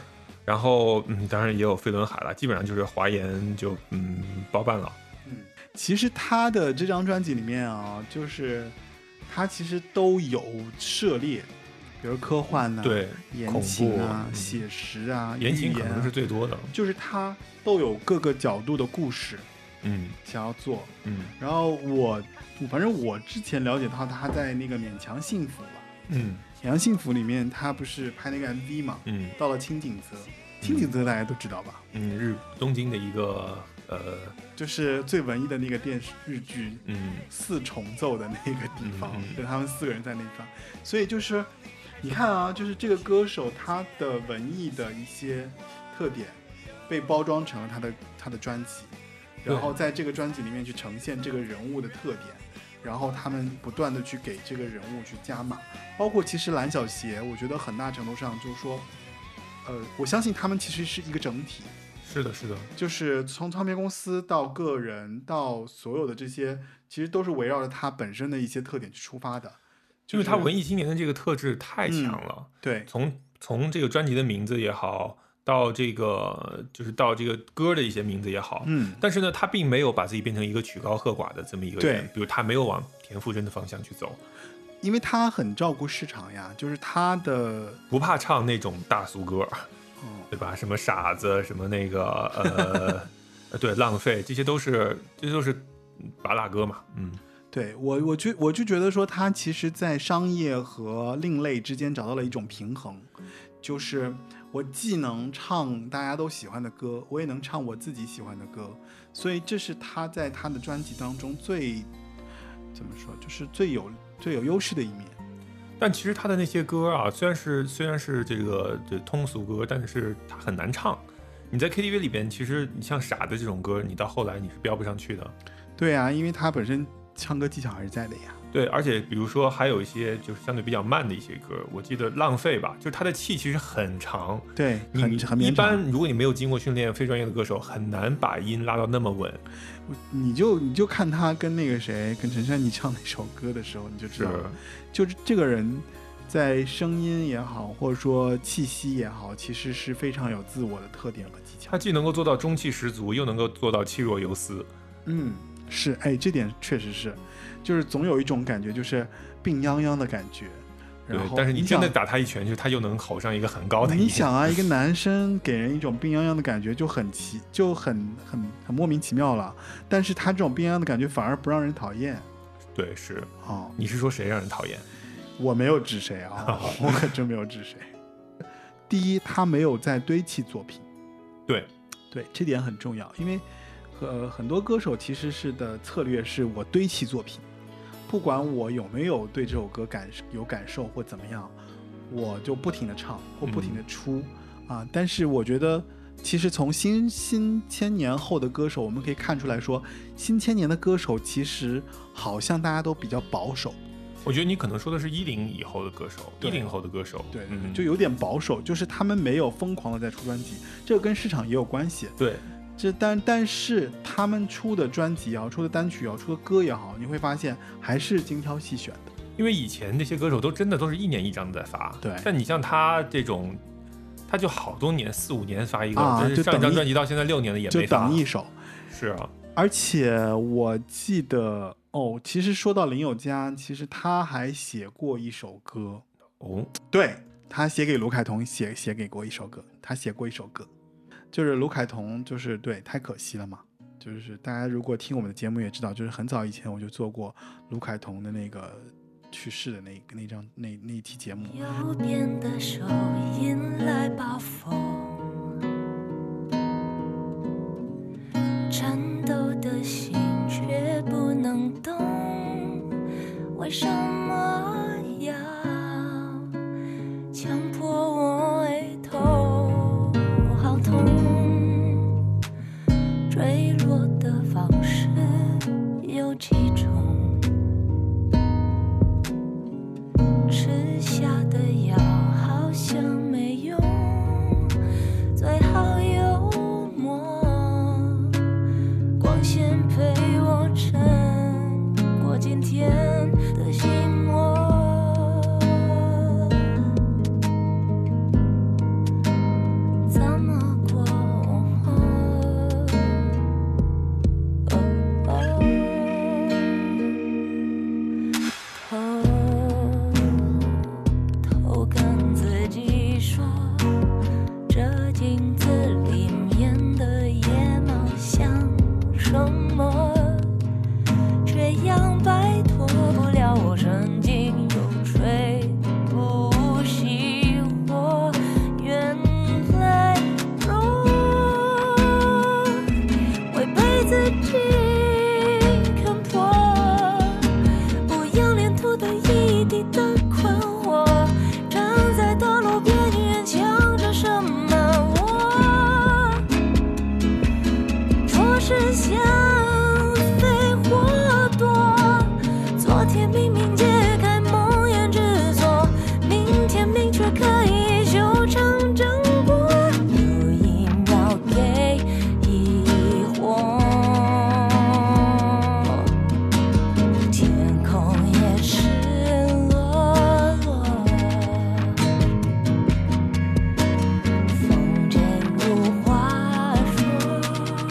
然后当然也有飞轮海了，基本上就是华研就包办了。 其实他的这张专辑里面啊，就是他其实都有涉猎，比如科幻啊、 对， 言情啊、写实啊、 言情可能是最多的， 就是他都有各个角度的故事，想要做，然后反正我之前了解到他在那个《勉强幸福》吧，《勉强幸福》里面他不是拍那个 MV 嘛，到了青井泽，青井泽大家都知道吧， 东京的一个就是最文艺的那个电视日剧，四重奏的那个地方，就他们4个人在那方，所以就是你看啊，就是这个歌手他的文艺的一些特点被包装成了他的专辑，然后在这个专辑里面去呈现这个人物的特点，然后他们不断的去给这个人物去加码，包括其实蓝小邪，我觉得很大程度上就是说，我相信他们其实是一个整体。 是的， 就是从唱片公司到个人到所有的这些，其实都是围绕着他本身的一些特点去出发的， 因为他文艺青年的这个特质太强了。 对， 从这个专辑的名字也好，到这个就是到这个歌的一些名字也好，但是呢，他并没有把自己变成一个曲高和寡的这么一个人，比如他没有往田馥甄的方向去走， 因为他很照顾市场呀，就是他的不怕唱那种大俗歌。对吧？什么傻子，什么那个对，浪费，这些都是拔蜡歌嘛。 对，我就觉得说他其实在商业和另类之间找到了一种平衡，就是我既能唱大家都喜欢的歌，我也能唱我自己喜欢的歌，所以这是他在他的专辑当中怎么说，就是最有优势的一面。 但其实他的那些歌啊，虽然是这个通俗歌，但是他很难唱。你在 KTV 里边，其实你像傻的这种歌，你到后来你是飙不上去的。 对啊，因为他本身唱歌技巧还是在的呀。 对，而且比如说还有一些就是相对比较慢的一些歌，我记得浪费吧，就是他的气其实很长。 对，很一般如果你没有经过训练，非专业的歌手很难把音拉到那么稳。 你就看他跟那个谁，跟陈珊妮唱那首歌的时候，你就知道了，就是这个人在声音也好，或者说气息也好，其实是非常有自我的特点和技巧。 他既能够做到中气十足，又能够做到气若游丝。 是，这点确实是，就是总有一种感觉，就是病殃殃的感觉。 对，但是你真的打他一拳，就是他又能吼上一个很高的音。 你想啊，一个男生给人一种病殃殃的感觉，就很莫名其妙了。但是他这种病殃殃的感觉反而不让人讨厌。 对，是。你是说谁让人讨厌？ 我没有指谁啊，我可真没有指谁。第一，他没有在堆砌作品。 对， 这点很重要，因为很多歌手其实是的策略是我堆砌作品。不管我有没有对这首歌有感受或怎么样，我就不停的唱或不停的出但是我觉得其实从新千年后的歌手，我们可以看出来说，新千年的歌手其实好像大家都比较保守。 我觉得你可能说的是10以后的歌手，10后的歌手， 对，就有点保守，就是他们没有疯狂的在出专辑，这个跟市场也有关系。 对。 但是他们出的专辑也好，出的单曲也好，出的歌也好，你会发现还是精挑细选的。 因为以前那些歌手都真的都是1年1张的在发， 对。 但你像他这种，他就好多年，4、5年发一个，但是上一张专辑到现在6年了也没发， 就等一首。 是啊， 而且我记得其实说到林宥嘉，其实他还写过一首歌。对，他写给卢凯彤写给过一首歌，他写过一首歌。就是卢凯彤，就是对，太可惜了嘛。就是大家如果听我们的节目也知道，就是很早以前我就做过卢凯彤的那个去世的那一期节目。 右边的手引来暴风，颤抖的心却不能动，为什么要强迫我回头？好痛，坠落的方式有几种，吃下的药好像没用，最好幽默，光线陪我撑过今天的寂寞。怎什么，这样摆脱不了我神经又吹不熄火。原来若会被自己看破，不要脸吐的一地的困惑，站在道路边缘想着什么，我说是想飞或躲，昨天明明揭开梦魇之锁，明天明确可以修成正果，有一秒给疑惑，天空也是落落，风筝如花说。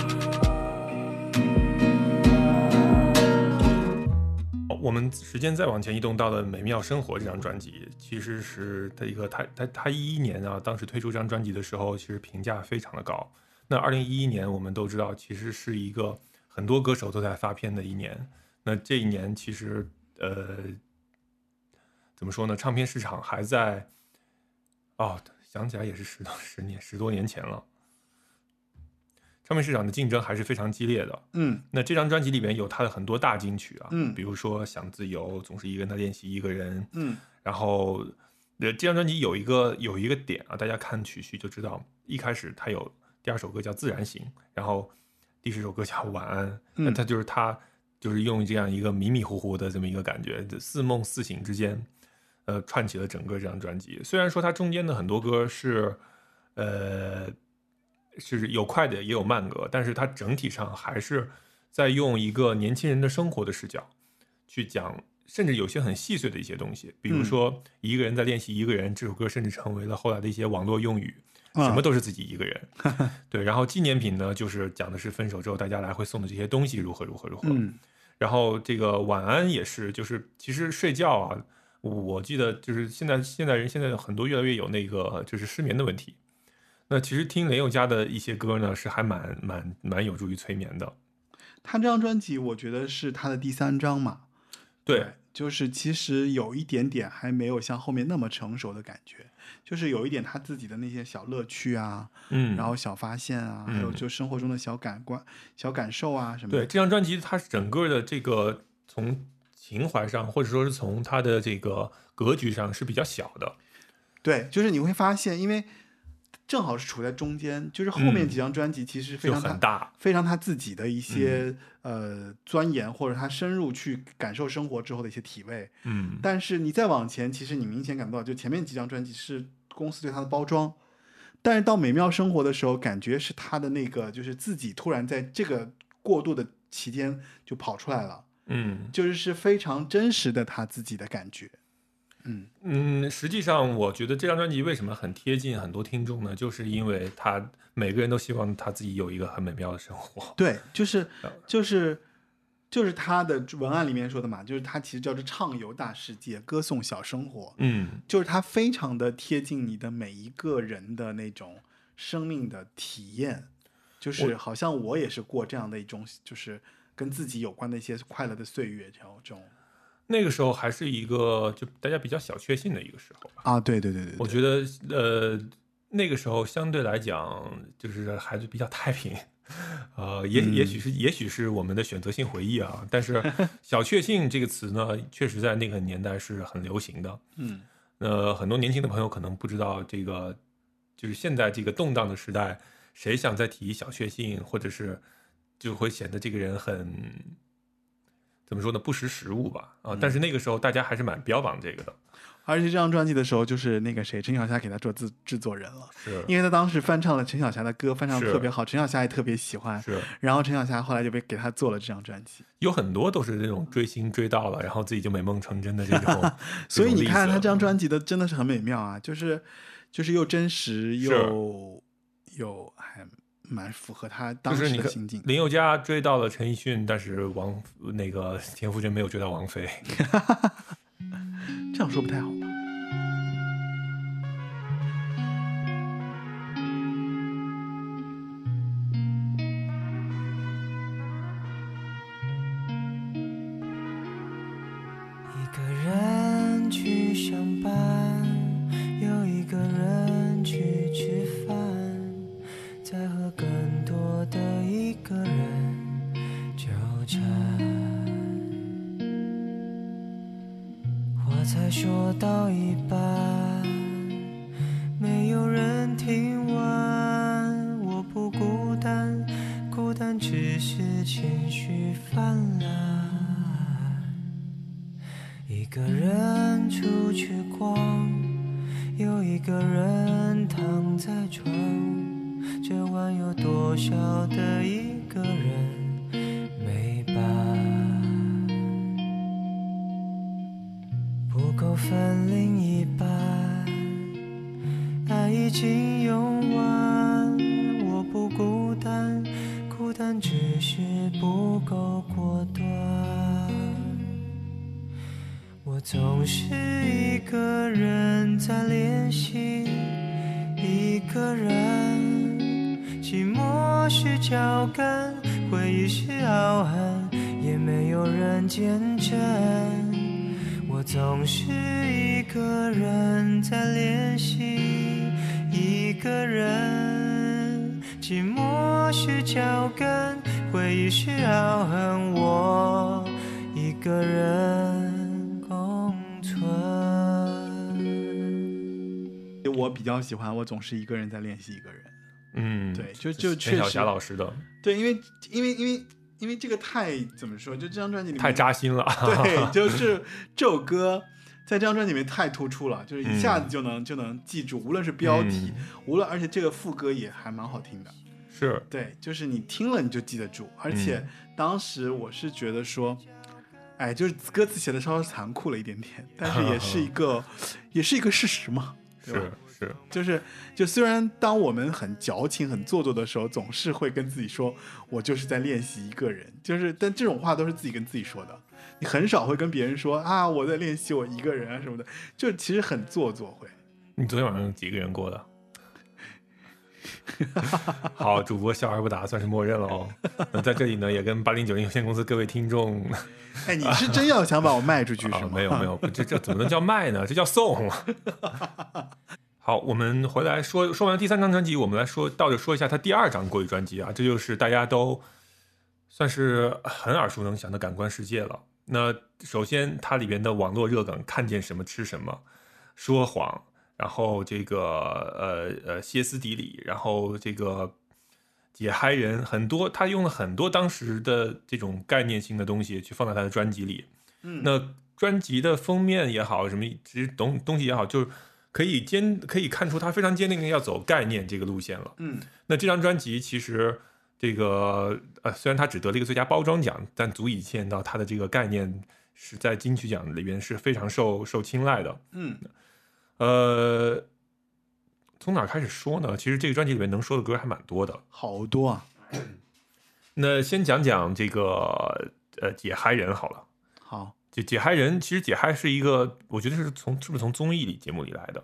我们时间再往前移动到了《美妙生活》这张专辑，其实是他一个他2011年啊，当时推出这张专辑的时候，其实评价非常的高。那2011年我们都知道，其实是一个很多歌手都在发片的一年。那这一年其实怎么说呢？唱片市场还在想起来也是十多年前了。唱片市场的竞争还是非常激烈的。那这张专辑里面有他的很多大金曲啊，比如说《想自由》，总是一个人在练习一个人，然后这张专辑有一个点啊，大家看曲序就知道，一开始他有第二首歌叫《自然醒》，然后第10首歌叫《晚安》，那他就是用这样一个迷迷糊糊的这么一个感觉，似梦似醒之间，串起了整个这张专辑。虽然说它中间的很多歌是有快的也有慢歌，但是它整体上还是在用一个年轻人的生活的视角去讲，甚至有些很细碎的一些东西，比如说一个人在练习一个人，这首歌甚至成为了后来的一些网络用语，什么都是自己一个人。对，然后纪念品呢，就是讲的是分手之后大家来会送的这些东西如何。然后这个晚安也是，就是其实睡觉啊，我记得就是现在人现在很多越来越有那个就是失眠的问题。那其实听林宥嘉的一些歌呢，是还蛮有助于催眠的。 他这张专辑我觉得是他的第3张嘛， 对， 就是其实有一点点还没有像后面那么成熟的感觉，就是有一点他自己的那些小乐趣啊，然后小发现啊，还有就生活中的小感受啊什么的。 对，这张专辑它整个的这个从情怀上，或者说是从它的这个格局上是比较小的。 对，就是你会发现，因为正好是处在中间，就是后面几张专辑其实非常很大， 非常他自己的一些钻研，或者他深入去感受生活之后的一些体味。但是你再往前，其实你明显感到，就前面几张专辑是公司对他的包装，但是到美妙生活的时候，感觉是他的那个，就是自己突然在这个过渡的期间就跑出来了。就是非常真实的他自己的感觉。 实际上我觉得这张专辑为什么很贴近很多听众呢？就是因为他每个人都希望他自己有一个很美妙的生活。 对，就是他的文案里面说的嘛，就是他其实叫做畅游大世界，歌颂小生活。就是他非常的贴近你的每一个人的那种生命的体验，就是好像我也是过这样的一种，就是跟自己有关的一些快乐的岁月，这种。 那个时候还是一个就大家比较小确幸的一个时候啊，对，我觉得那个时候相对来讲就是还是比较太平，也许是我们的选择性回忆啊，但是小确幸这个词呢，确实在那个年代是很流行的。很多年轻的朋友可能不知道这个，就是现在这个动荡的时代，谁想再提小确幸，或者是就会显得这个人很。怎么说呢？不识时务吧，但是那个时候大家还是蛮标榜这个的。 而且这张专辑的时候，就是那个谁，陈小霞给他做制作人了， 是因为他当时翻唱了陈小霞的歌，翻唱得特别好，陈小霞也特别喜欢， 是。 然后陈小霞后来就给他做了这张专辑。 有很多都是那种追星追到了，然后自己就美梦成真的这种。 所以你看他这张专辑的真的是很美妙啊，就是又真实又还蛮符合他当时的心境。 林宥嘉追到了陈奕迅，但是田馥甄没有追到王菲。 这样说不太好吧？ 缠。话才说到一半，没有人听完。我不孤单，孤单只是情绪泛滥。一个人出去逛，有一个人躺在床，这晚有多少的一个人没伴？不够分另一半，爱已经用完。我不孤单，孤单只是不够果断。我总是一个人在练习，一个人，寂寞是脚感，回忆是傲寒，也没有人见证。我总是一个人在练习，一个人，寂寞是脚感，回忆是傲寒，我一个人共存。 我比较喜欢我总是一个人在练习一个人。对，就确实陈小霞老师的。 对，因为这个太怎么说，就这张专辑里面太扎心了。 对，就是这首歌在这张专辑里面太突出了，就是一下子就能记住，无论是标题，而且这个副歌也还蛮好听的。 是， 对，就是你听了你就记得住，而且当时我是觉得说，哎，就是歌词写的稍微残酷了一点点，但是也是一个事实嘛。 是， 就虽然当我们很矫情很做作的时候，总是会跟自己说我就是在练习一个人，但这种话都是自己跟自己说的，你很少会跟别人说啊我在练习我一个人啊什么的，就其实很做作会。 你昨天晚上几个人过的？好，主播笑而不答算是默认了哦。那在这里呢，也跟8090有限公司各位听众， 哎，你是真要想把我卖出去是吗？ 没有，这怎么能叫卖呢？这叫送。好，我们回来说完第3张专辑，我们来倒着说一下他第2张国语专辑啊，这就是大家都算是很耳熟能详的感官世界了。那首先它里边的网络热梗，看见什么吃什么，说谎，然后这个歇斯底里，然后这个解嗨人，很多他用了很多当时的这种概念性的东西去放在他的专辑里。那专辑的封面也好，什么其实东西也好，就是可以看出他非常坚定的要走概念这个路线了。那这张专辑其实这个虽然他只得了一个最佳包装奖，但足以见到他的这个概念是在金曲奖里边是非常受青睐的。从哪开始说呢？其实这个专辑里面能说的歌还蛮多的， 好多啊。 那先讲讲这个解嗨人好了。 好， 解嗨人，其实解嗨是一个，我觉得是不是从综艺节目里来的？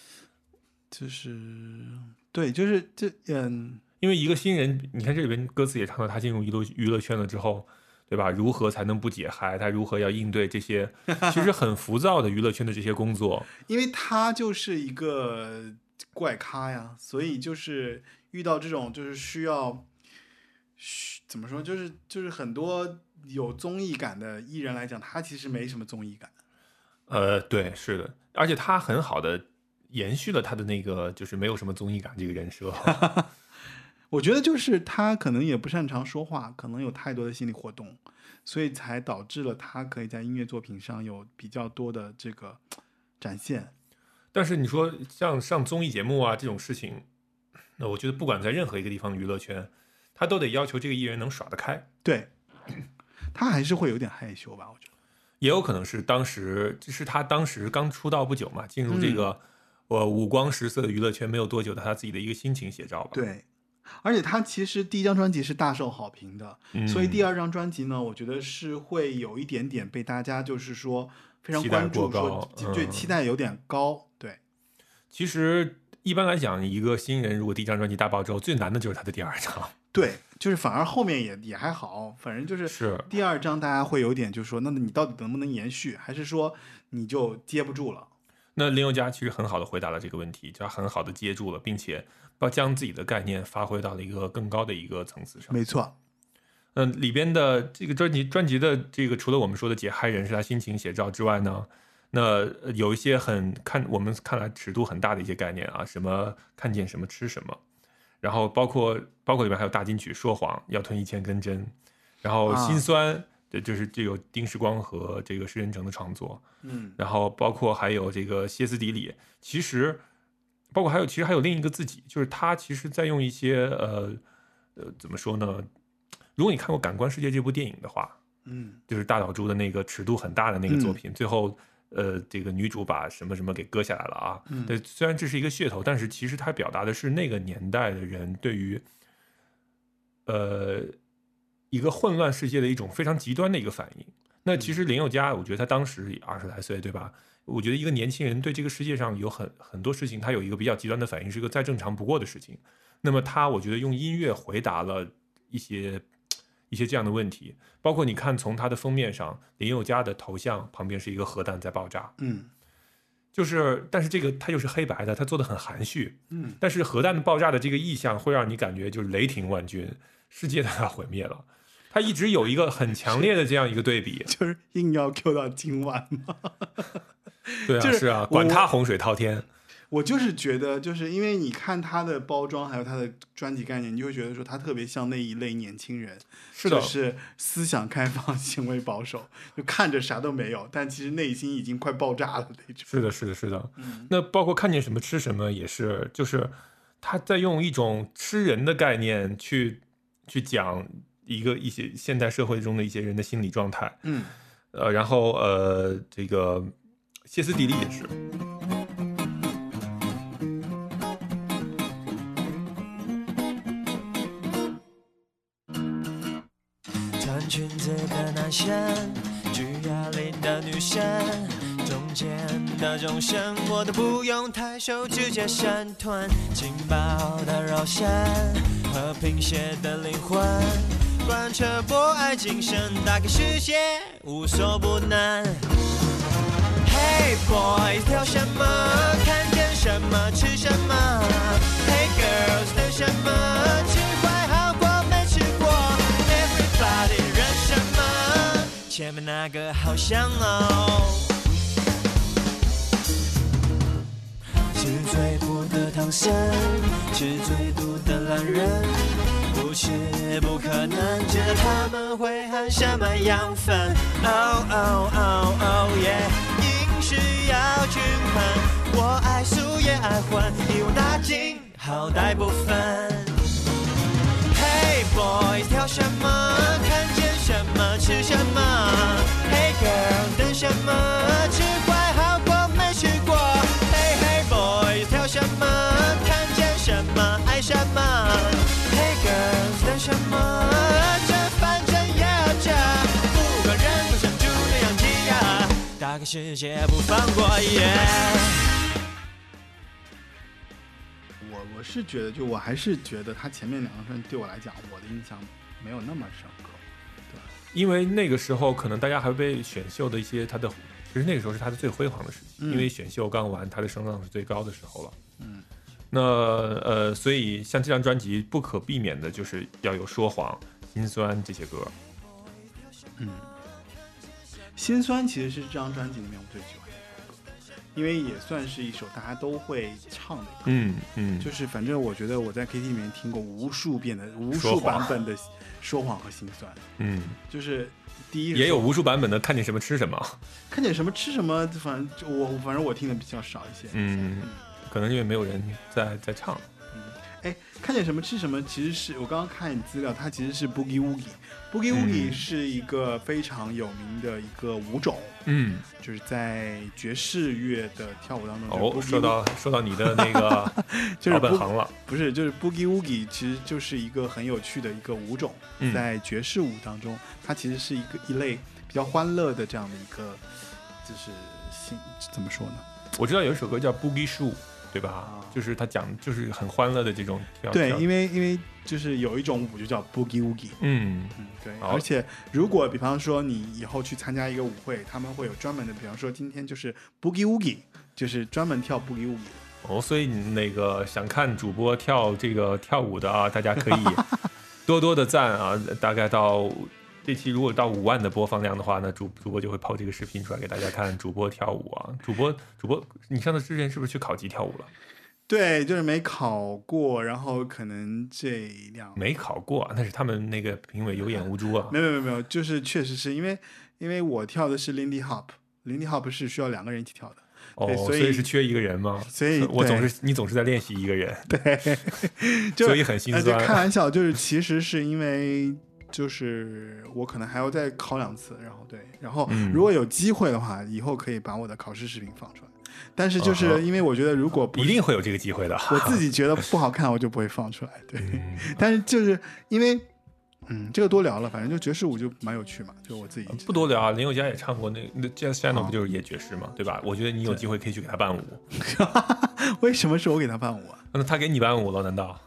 对，就是因为一个新人，你看这里边歌词也唱到他进入娱乐圈了之后，对吧？如何才能不解嗨？他如何要应对这些其实很浮躁的娱乐圈的这些工作？ 因为他就是一个怪咖呀，所以就是遇到这种就是需要怎么说，就是很多有综艺感的艺人来讲，他其实没什么综艺感。 对，是的，而且他很好的延续了他的那个就是没有什么综艺感这个人设。 我觉得就是他可能也不擅长说话，可能有太多的心理活动，所以才导致了他可以在音乐作品上有比较多的这个展现。 但是你说像上综艺节目啊这种事情，那我觉得不管在任何一个地方的娱乐圈，他都得要求这个艺人能耍得开。 对，他还是会有点害羞吧，我觉得。 也有可能是他当时刚出道不久嘛，进入这个五光十色的娱乐圈没有多久的他自己的一个心情写照吧。 对，而且他其实第1张专辑是大受好评的，所以第2张专辑呢，我觉得是会有一点点被大家就是说非常关注，说对期待有点高。对， 其实一般来讲，一个新人如果第1张专辑大爆之后，最难的就是他的第2张。 对，就是反而后面也还好，反正就是第2张大家会有点就是说，那你到底能不能延续，还是说你就接不住了？ 那林宥嘉其实很好的回答了这个问题，就很好的接住了，并且将自己的概念发挥到了一个更高的一个层次上。 没错。 里边的这个专辑的这个除了我们说的解嗨人是他心情写照之外呢，那有一些我们看来尺度很大的一些概念啊，什么看见什么吃什么，然后包括里面还有大金曲说谎要吞1000根针，然后心酸。就是这个丁世光和这个施仁成的创作，然后包括还有这个歇斯底里，其实还有另一个自己，就是他其实在用一些怎么说呢？如果你看过《感官世界》这部电影的话，就是大岛渚的那个尺度很大的那个作品，最后这个女主把什么什么给割下来了啊，对，虽然这是一个噱头，但是其实它表达的是那个年代的人对于一个混乱世界的一种非常极端的一个反应。那其实林宥嘉，我觉得他当时20来岁，对吧？我觉得一个年轻人对这个世界上有很多事情，他有一个比较极端的反应，是一个再正常不过的事情。那么我觉得用音乐回答了一些这样的问题，包括你看从他的封面上，林宥嘉的头像旁边是一个核弹在爆炸，但是这个它又是黑白的，它做的很含蓄，但是核弹爆炸的这个意象会让你感觉就是雷霆万钧，世界都要毁灭了。他一直有一个很强烈的这样一个对比， 就是硬要 Q 到今晚嘛。 对啊，是啊，管他洪水滔天。 我就是觉得，就是因为你看他的包装，还有他的专辑概念，你就会觉得说他特别像那一类年轻人， 是的， 就是思想开放、行为保守，就看着啥都没有，但其实内心已经快爆炸了那种。 是的，是的，是的。那包括看见什么吃什么也是，就是他在用一种吃人的概念去讲一些现代社会中的一些人的心理状态。然后这个歇斯底里也是。 穿裙子的男生，举哑铃的女生，中间的钟声我都不用抬手直接闪团，劲爆的肉身和贫血的灵魂，贯彻博爱精神，打开世界无所不能。Hey boys， 挑什么？看见什么吃什么 ？Hey girls， 等什么？吃坏好过没吃过 ？Everybody， 忍什么？前面那个好香哦。吃最苦的唐僧，吃最毒的懒人，不吃不可能，知道他们会含什么养分。Oh oh oh oh yeah， 饮食要均衡，我爱素也爱荤，一网打尽，好歹不分。Hey boys， 挑什么？看见什么吃什么 ？Hey girl， 等什么？吃坏好过没吃过。Hey hey boys， 挑什么？看见什么爱什么 ？Hey girls， 等什么？这反正也要这，不管人都像猪那样挤压，打开世界不放过。 我是觉得，我还是觉得他前面2张专辑对我来讲，我的印象没有那么深刻。对， 因为那个时候可能大家还会被选秀的一些其实那个时候是他的最辉煌的时期，因为选秀刚完，他的声浪是最高的时候了。那所以像这张专辑不可避免的就是要有说谎、心酸这些歌。 心酸其实是这张专辑里面我最喜欢的一首歌，因为也算是一首大家都会唱的歌。就是反正我觉得我在 KTV 里面听过无数遍的、无数版本的说谎和心酸。就是第一也有无数版本的看见什么吃什么， 看见什么吃什么，反正我听的比较少一些。 可能因为没有人在唱。 看见什么吃什么，其实是我刚刚看资料，它其实是 Boogie Woogie。Boogie Woogie 是一个非常有名的一个舞种，就是在爵士乐的跳舞当中。说到你的那个老本行了，不是，就是 Boogie Woogie 其实就是一个很有趣的一个舞种，在爵士舞当中，它其实是一类比较欢乐的这样的一个，就是怎么说呢？ 我知道有一首歌叫 Boogie Shoe。对吧？就是他讲就是很欢乐的这种跳。 对，因为就是有一种舞就叫 Boogie Woogie。对。而且如果比方说你以后去参加一个舞会，他们会有专门的，比方说今天就是 Boogie Woogie， 就是专门跳 Boogie Woogie。 所以那个想看主播跳舞的啊，大家可以多多的赞啊！大概到这期如果到5万的播放量的话呢，主播就会抛这个视频出来给大家看，主播跳舞啊，主播，你上次之前是不是去考级跳舞了？ 对，就是没考过，然后可能没考过，那是他们那个评委有眼无珠啊。 没有，就是确实是因为我跳的是 Lindy Hop，Lindy Hop 是需要2个人一起跳的。 哦，所以是缺一个人吗？ 所以你总是在练习一个人， 对， 所以很心酸。 开玩笑，就是其实是因为就是我可能还要再考2次，然后如果有机会的话，以后可以把我的考试视频放出来。但是就是因为我觉得如果一定会有这个机会的， 我自己觉得不好看，我就不会放出来。对，但是就是因为这个多聊了，反正就爵士舞就蛮有趣嘛，就我自己不多聊啊。林宥嘉也唱过那 Jazz Channel 不就是也爵士嘛，对吧？我觉得你有机会可以去给他伴舞。 为什么是我给他伴舞啊？ 那他给你伴舞了？难道？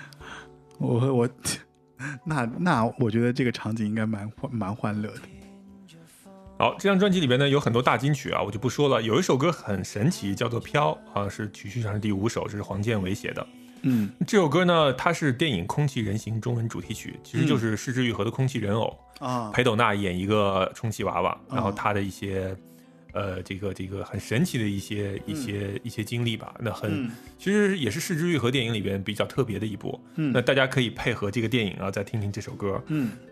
那我觉得这个场景应该蛮欢乐的。 好，这张专辑里边呢有很多大金曲啊，我就不说了。有一首歌很神奇，叫做《飘》啊，是曲序上是第5首，这是黄建伟写的。这首歌呢，它是电影《空气人形》中文主题曲，其实就是是枝裕和的空气人偶啊，裴斗娜演一个充气娃娃，然后他的一些这个很神奇的一些经历吧。那其实也是是枝裕和电影里边比较特别的一部。那大家可以配合这个电影啊，再听听这首歌。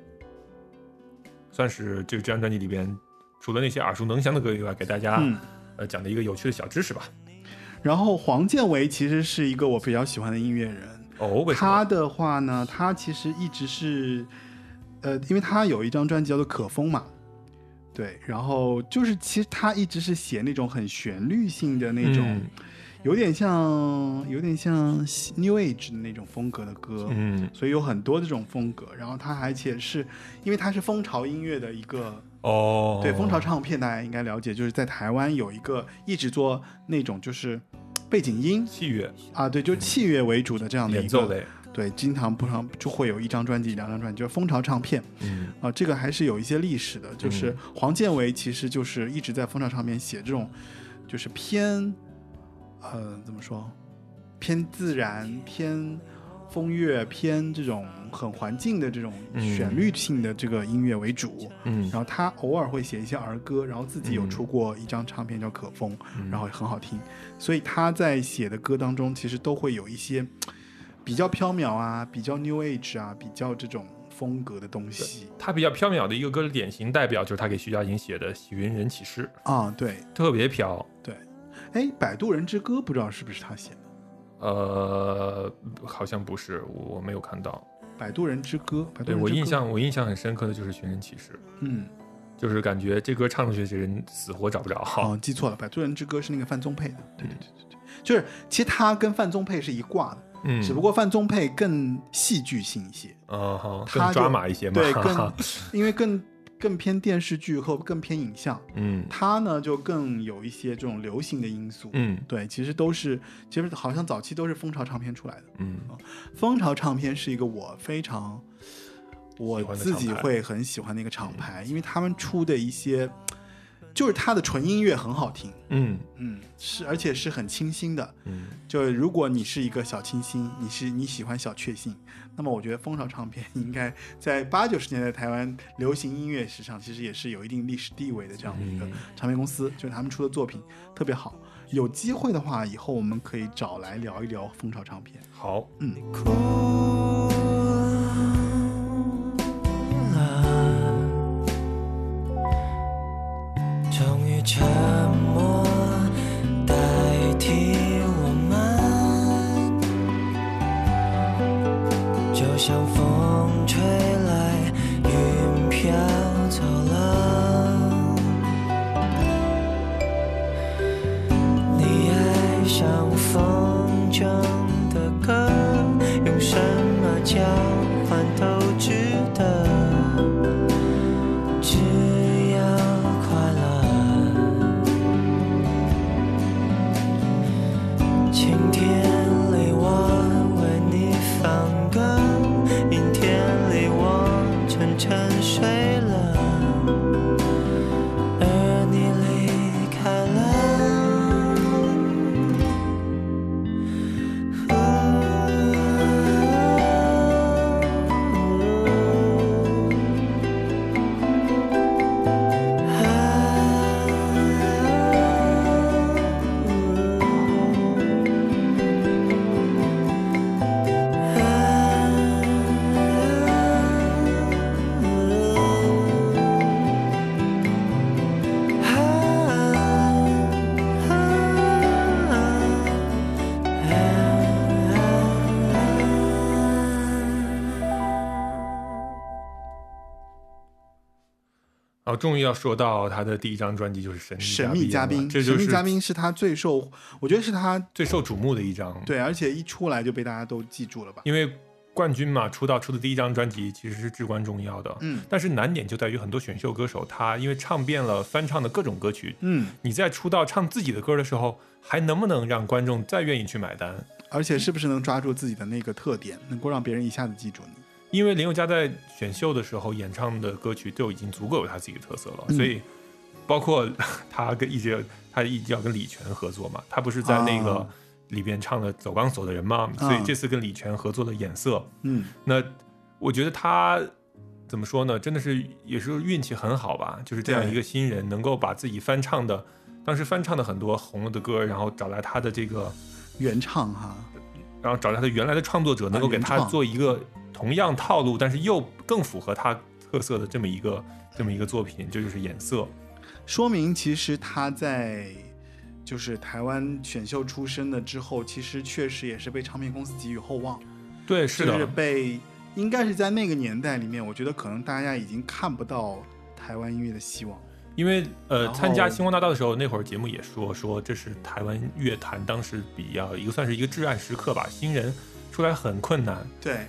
算是这张专辑里边除了那些耳熟能详的歌以外，给大家讲的一个有趣的小知识吧。 然后黄建为其实是一个我比较喜欢的音乐人哦，为什么？ 他的话呢，他其实一直是因为他有一张专辑叫做《可风》嘛，对，然后就是其实他一直是写那种很旋律性的那种，有点像 New Age 的那种风格的歌，所以有很多这种风格。然后他而且是因为他是风潮音乐的一个。对，风潮唱片大家应该了解，就是在台湾有一个一直做那种就是背景音器乐啊，对，就器乐为主的这样的一个演奏类， 对，经常不常就会有1张专辑、2张专辑，就是风潮唱片，这个还是有一些历史的。就是黄建为其实就是一直在风潮唱片写这种，就是偏怎么说，偏自然、偏风乐、偏这种很环境的这种旋律性的这个音乐为主，然后他偶尔会写一些儿歌，然后自己有出过1张唱片叫《可风》，然后很好听，所以他在写的歌当中其实都会有一些比较飘渺啊，比较 New Age 啊，比较这种风格的东西。 他比较飘渺的一个歌的典型代表就是他给徐佳莹写的《喜云人启事》 啊，对， 特别飘。 对，《摆渡人之歌》不知道是不是他写的？ 好像不是，我没有看到 《摆渡人之歌》。 对，我印象很深刻的就是《寻人启事》。就是感觉这歌唱上去，这人死活找不着。 哦，记错了，《摆渡人之歌》是那个范宗沛的。对，就是其实他跟范宗沛是一挂的，只不过范宗沛更戏剧性一些， 更抓马一些嘛。 对，因为更偏电视剧和更偏影像，它呢就更有一些这种流行的因素，对，其实好像早期都是风潮唱片出来的，风潮唱片是一个我自己会很喜欢的一个厂牌，因为他们出的一些就是它的纯音乐很好听，是而且是很清新的，就如果你是一个小清新，你喜欢小确幸，那么我觉得风潮唱片应该在80、90年代台湾流行音乐史上其实也是有一定历史地位的这样的一个唱片公司，就是他们出的作品特别好，有机会的话以后我们可以找来聊一聊风潮唱片。 好， 终于沉默代替我们，就像风吹来云飘走了。你爱上风中的歌，用什么交换都值得，只要快乐。晴天里我为你放歌，阴天里我沉沉睡了，而你离开了。 然后终于要说到他的第一张专辑就是神秘嘉宾， 这就是神秘嘉宾是他我觉得是他最受瞩目的一张。 对，而且一出来就被大家都记住了吧？ 因为冠军嘛，出道出的第一张专辑其实是至关重要的。但是难点就在于很多选秀歌手他因为唱遍了翻唱的各种歌曲，你在出道唱自己的歌的时候，还能不能让观众再愿意去买单？ 而且是不是能抓住自己的那个特点，能够让别人一下子记住你？ 因为林宥嘉在选秀的时候演唱的歌曲就已经足够有他自己的特色了，所以包括他一直要跟李泉合作嘛，他不是在那个里边唱了走钢索的人嘛，所以这次跟李泉合作的眼色，那我觉得他怎么说呢，真的是也是运气很好吧，就是这样一个新人能够把自己当时翻唱的很多红了的歌，然后找来他的这个原唱哈， 然后找来他的原来的创作者，能够给他做一个同样套路但是又更符合他特色的这么一个作品，这就是眼色。 说明其实他在就是台湾选秀出身的之后，其实确实也是被唱片公司给予厚望。 对，是的， 就是应该是在那个年代里面，我觉得可能大家已经看不到台湾音乐的希望。 因为参加星光大道的时候，那会儿节目也说这是台湾乐坛当时算是一个至暗时刻吧，新人出来很困难。 对，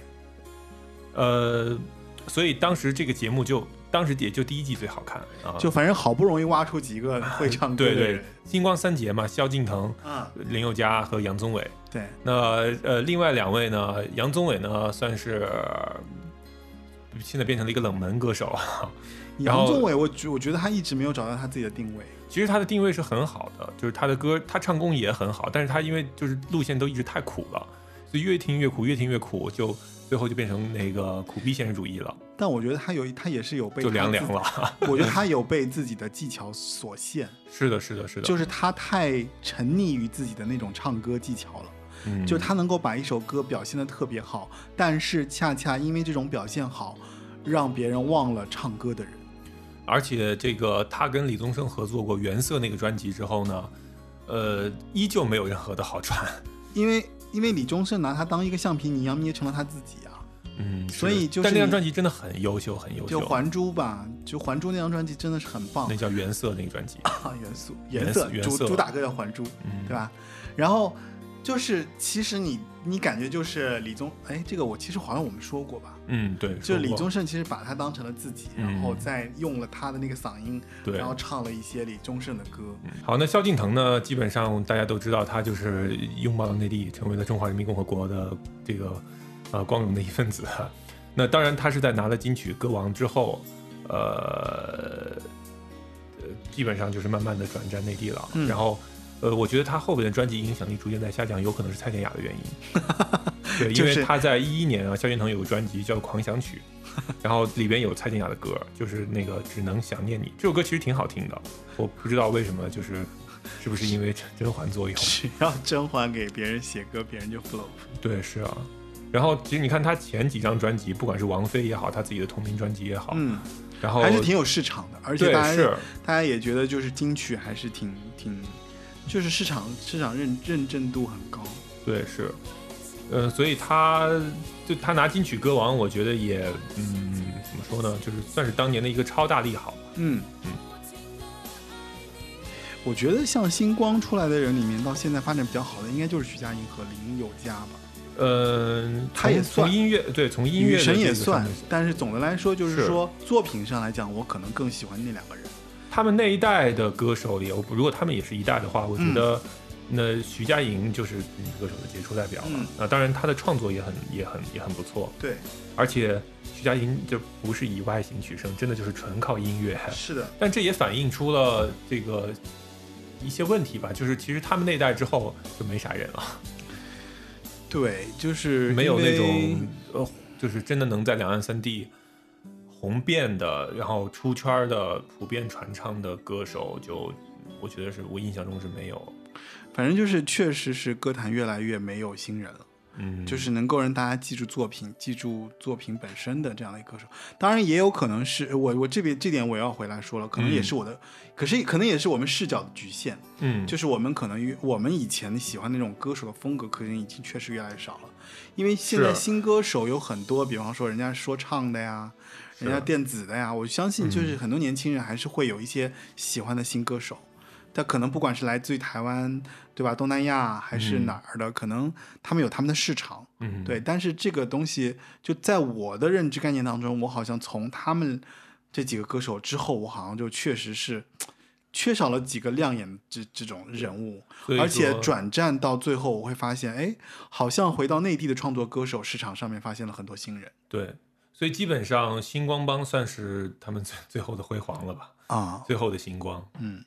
所以当时这个节目当时也就第一季最好看啊， 就反正好不容易挖出几个会唱歌的人。 对，星光三杰嘛，萧敬腾、林宥嘉和杨宗纬。 对， 那另外两位呢，杨宗纬呢算是现在变成了一个冷门歌手。 杨宗纬我觉得他一直没有找到他自己的定位。 其实他的定位是很好的，就是他的歌他唱功也很好，但是他因为就是路线都一直太苦了，所以越听越苦，越听越苦，就最后就变成那个苦逼现实主义了。 但我觉得他也是有被就凉了。 我觉得他有被自己的技巧所限。 是的， 就是他太沉溺于自己的那种唱歌技巧了。就他能够把一首歌表现得特别好，但是恰恰因为这种表现好，让别人忘了唱歌的人。 而且这个他跟李宗盛合作过《原色》那个专辑之后呢，依旧没有任何的好传。 因为李宗盛拿他当一个橡皮泥一样捏成了他自己啊。所以就是， 但那张专辑真的很优秀，很优秀。 就还珠吧，就还珠那张专辑真的是很棒。 那叫原色那个专辑啊，颜色主打歌叫还珠，对吧？然后就是其实你感觉就是李宗，这个其实好像我们说过吧？ 对， 就是李宗盛其实把他当成了自己，然后再用了他的那个嗓音，然后唱了一些李宗盛的歌。 好，那萧敬腾呢？基本上大家都知道，他就是拥抱了内地，成为了中华人民共和国的这个光荣的一份子。那当然，他是在拿了金曲歌王之后，基本上就是慢慢的转战内地了。然后，我觉得他后边的专辑影响力逐渐在下降，有可能是蔡健雅的原因。对，因为他在2011年萧敬腾有个专辑叫《狂想曲》，然后里边有蔡健雅的歌，就是那个《只能想念你》。这首歌其实挺好听的，我不知道为什么，是不是因为甄嬛作用？ 只要甄嬛给别人写歌，别人就 flop。对， 是啊。然后其实你看他前几张专辑，不管是王菲也好，他自己的同名专辑也好，然后还是挺有市场的，而且大家也觉得就是金曲还是挺就是市场认证度很高。 对，是。所以他拿金曲歌王，我觉得也怎么说呢，就是算是当年的一个超大利好。 我觉得像星光出来的人里面，到现在发展比较好的，应该就是徐佳莹和林宥嘉吧。他也算从音乐，对，从音乐女神也算，但是总的来说就是说作品上来讲，我可能更喜欢那两个人。 他们那一代的歌手里，如果他们也是一代的话，我觉得那徐佳莹就是女歌手的杰出代表了。当然她的创作也很不错。 对， 而且徐佳莹就不是以外形取胜，真的就是纯靠音乐。 是的， 但这也反映出了这个一些问题吧，就是其实他们那代之后就没啥人了。 对，就是没有那种就是真的能在两岸三地红遍的，然后出圈的、普遍传唱的歌手，就我觉得是我印象中是没有。 反正就是确实是歌坛越来越没有新人了。就是能够让大家记住作品、记住作品本身的这样的一个歌手。当然也有可能是我这点我要回来说了，可能也是我的，可能也是我们视角的局限。就是我们可能我们以前喜欢那种歌手的风格，可能已经确实越来越少了。因为现在新歌手有很多，比方说人家说唱的呀， 人家电子的呀，我相信就是很多年轻人还是会有一些喜欢的新歌手，但可能不管是来自于台湾，对吧？东南亚还是哪儿的，可能他们有他们的市场，对。但是这个东西就在我的认知概念当中，我好像从他们这几个歌手之后，我好像就确实是缺少了几个亮眼的这种人物，而且转战到最后，我会发现，哎，好像回到内地的创作歌手市场上面，发现了很多新人。 对，所以基本上星光帮算是他们最后的辉煌了吧？啊，最后的星光。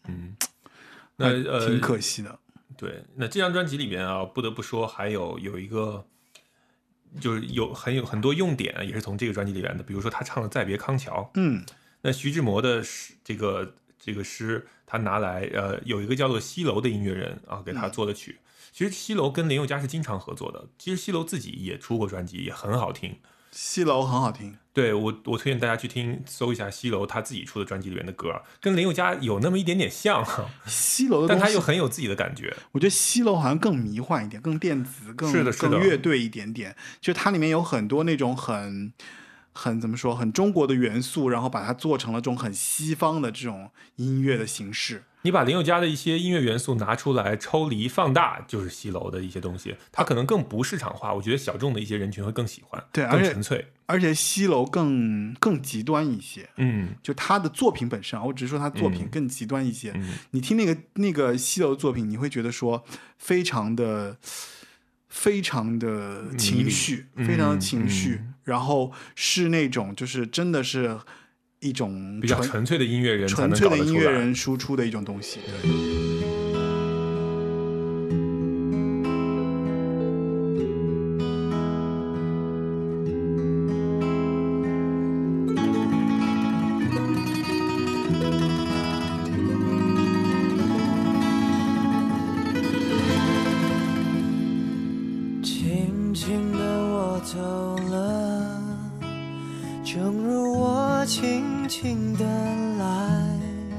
那挺可惜的。 对，那这张专辑里面啊，不得不说还有一个，就是有很多用点也是从这个专辑里面的，比如说他唱的《再别康桥》。那徐志摩的这个诗，他拿来有一个叫做西楼的音乐人啊，给他做的曲。其实西楼跟林宥嘉是经常合作的，其实西楼自己也出过专辑，也很好听。 西楼很好听， 对，我推荐大家去搜一下西楼他自己出的专辑里面的歌，跟林宥嘉有那么一点点像， 西楼的， 但他又很有自己的感觉。 我觉得西楼好像更迷幻一点，更电子，更乐队一点点。就它里面有很多那种很怎么说，很中国的元素，然后把它做成了这种很西方的这种音乐的形式。 你把林宥嘉的一些音乐元素拿出来抽离放大，就是西楼的一些东西，它可能更不市场化，我觉得小众的一些人群会更喜欢， 对， 更纯粹， 而且西楼更极端一些，就他的作品本身，我只是说他作品更极端一些。你听那个西楼的作品，你会觉得说非常的情绪，非常的情绪，然后是那种就是真的是一种比较纯粹的音乐人才能搞得出来， 纯粹的音乐人输出的一种东西。对。 轻轻地我走了，正如我轻轻地来，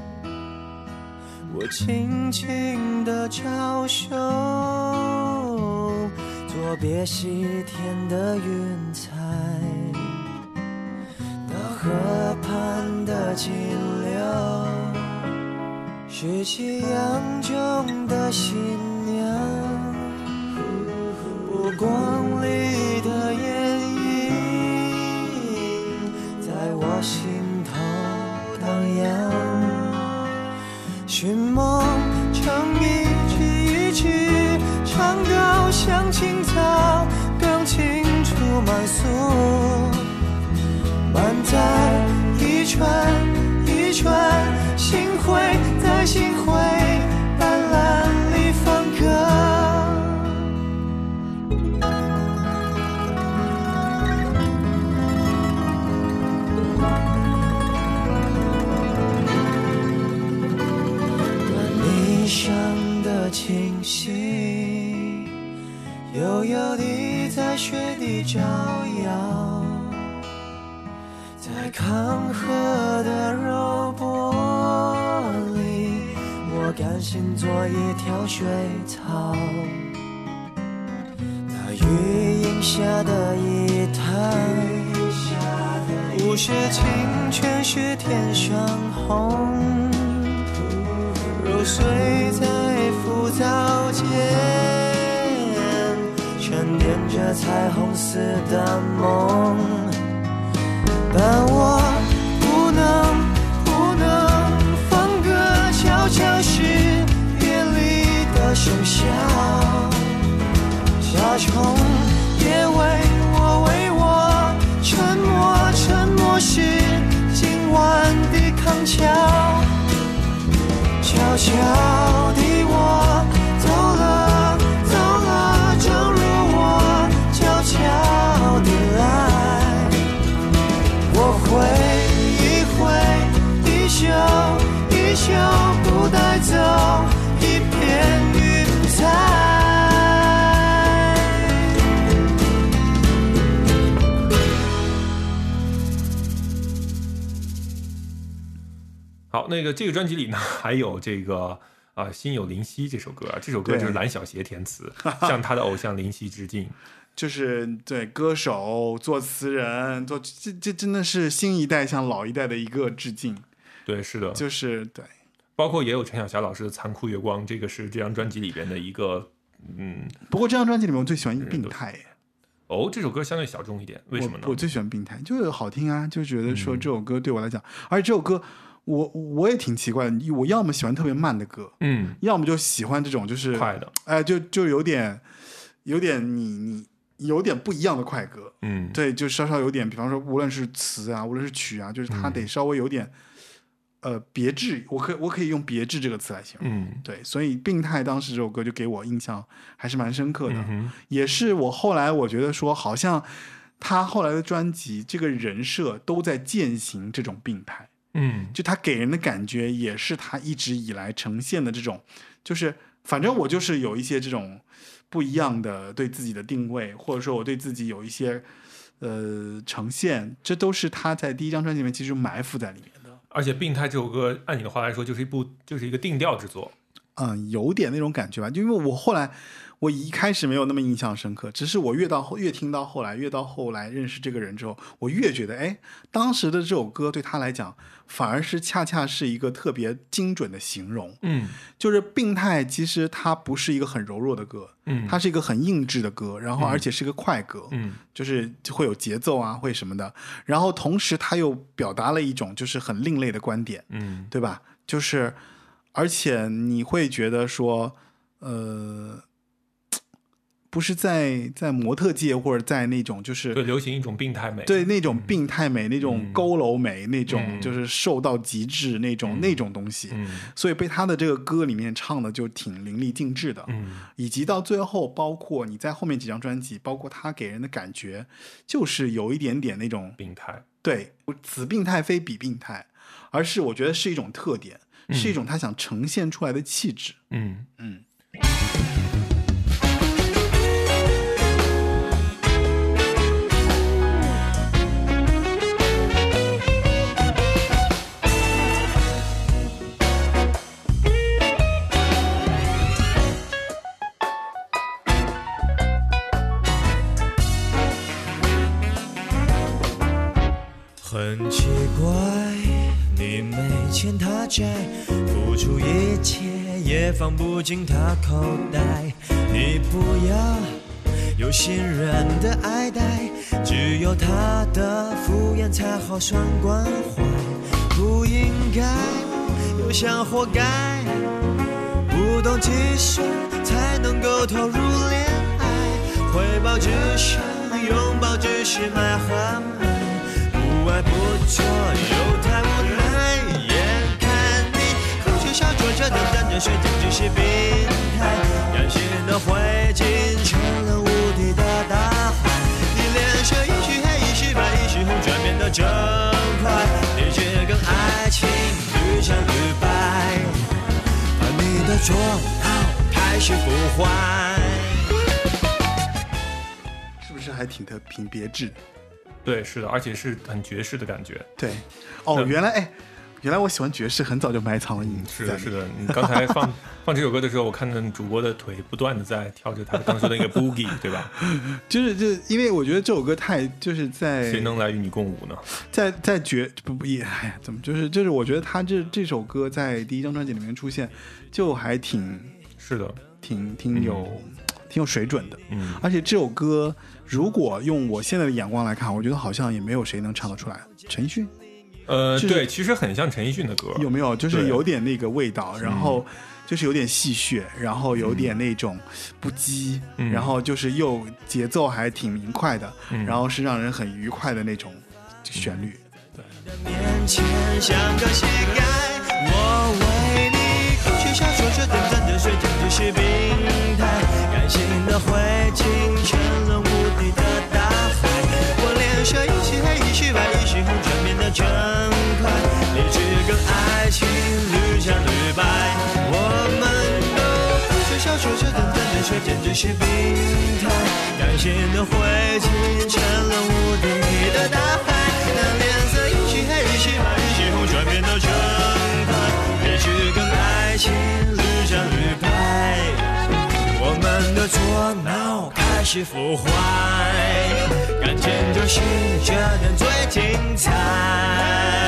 我轻轻地招手，作别西天的云彩，到河畔的金流，是夕阳中的新娘，波光里的眼影在我心头荡漾，寻梦成一句一句，唱到像青草更清楚满诉，满载一串一串星辉在星辉斑斓里放歌。清晰，悠悠地在水底招摇，在康河的柔波里，我甘心做一条水草。那雨荫下的一滩，不是清泉，是天上红，揉碎在浮藻间，沉淀着彩虹似的梦，但我不能放歌，悄悄是夜里的笙箫，夏虫也为我沉默，沉默是今晚的康桥，悄悄地我走了，正如我悄悄地来，我挥一挥，一袖一袖不带走一片云彩。 好，那个这个专辑里呢，还有这个心有灵犀这首歌，这首歌就是蓝小邪填词，向他的偶像林夕致敬。 就是对歌手、作词人、这真的是新一代向老一代的一个致敬。 对，是的， 就是对， 包括也有陈小霞老师的《残酷月光》，这个是这张专辑里边的一个不过这张专辑里面我最喜欢病态。 哦，这首歌相对小众一点，为什么呢？ 我最喜欢病态，就是好听啊，就觉得说这首歌对我来讲，而且这首歌我也挺奇怪的，我要么喜欢特别慢的歌，要么就喜欢这种就是快的， 就有点你有点不一样的快歌，对，就稍稍有点，比方说无论是词啊，无论是曲啊，就是它得稍微有点别致，我可以用别致这个词来形容，对，所以病态当时这首歌就给我印象还是蛮深刻的，也是我后来我觉得说好像他后来的专辑这个人设都在践行这种病态，就他给人的感觉也是他一直以来呈现的这种，就是反正我就是有一些这种不一样的对自己的定位，或者说我对自己有一些呈现，这都是他在第一张专辑里面其实埋伏在里面的。 而且《病态》这首歌，按你的话来说，就是一个定调之作。 有点那种感觉吧，就因为我一开始没有那么印象深刻，只是我越听到后来，越到后来认识这个人之后，我越觉得，当时的这首歌对他来讲，反而是恰恰是一个特别精准的形容。就是病态，其实它不是一个很柔弱的歌，它是一个很硬质的歌，然后而且是个快歌，就是会有节奏啊，会什么的，然后同时它又表达了一种就是很另类的观点，对吧？就是而且你会觉得说，不是在模特界或者在那种就是对流行一种病态美， 对那种病态美，那种佝偻美，那种就是瘦到极致那种东西，所以被他的这个歌里面唱的就挺淋漓尽致的，以及到最后，包括你在后面几张专辑，包括他给人的感觉，就是有一点点那种病态， 对，此病态非彼病态，而是我觉得是一种特点，是一种他想呈现出来的气质， 很奇怪，你没欠他债，付出一切也放不进他口袋。你不要有心人的爱戴，只有他的敷衍才好算关怀。不应该又像活该，不懂几岁才能够投入恋爱，回报只是拥抱，只是买和买。不爱不做又太无奈，眼看你哭着笑着这等等着睡，简直是病态。感性的灰烬成了无底的大海，你脸色一时黑一时白，一时红转变得真快。理智跟爱情屡战屡败，把你的左脑开始腐坏， 是不是还挺别致的？ 对，是的，而且是很爵士的感觉。 对，原来我喜欢爵士，很早就埋藏了影子。 是的，是的。你刚才放这首歌的时候，我看到主播的腿不断的在跳着他当时的那个 boogie， 对吧？就是因为我觉得这首歌太就是在谁能来与你共舞呢？ 在怎么就是我觉得他这首歌在第一张专辑里面出现，就还挺是的， 挺有水准的。而且这首歌如果用我现在的眼光来看，我觉得好像也没有谁能唱得出来。陈奕迅。 对，其实很像陈奕迅的歌， 有没有？就是有点那个味道，然后就是有点戏谑，然后有点那种不羁，然后就是又节奏还挺明快的，然后是让人很愉快的那种旋律。对。 面前像个乞丐，我为你哭泣笑说着等等着睡，简直是病态。感性的灰烬成了无底的大海，我脸色一时黑一时白，一时红转变得真快。理智跟爱情屡战屡败，我们都哭着笑说着等等着睡，简直是病态。感性的灰烬成了无底的大海，那脸色一时黑一时白，一时红转变得真快。理智跟爱情屡战屡败，我们的左脑开始是腐坏，敢见就行，这能最精彩。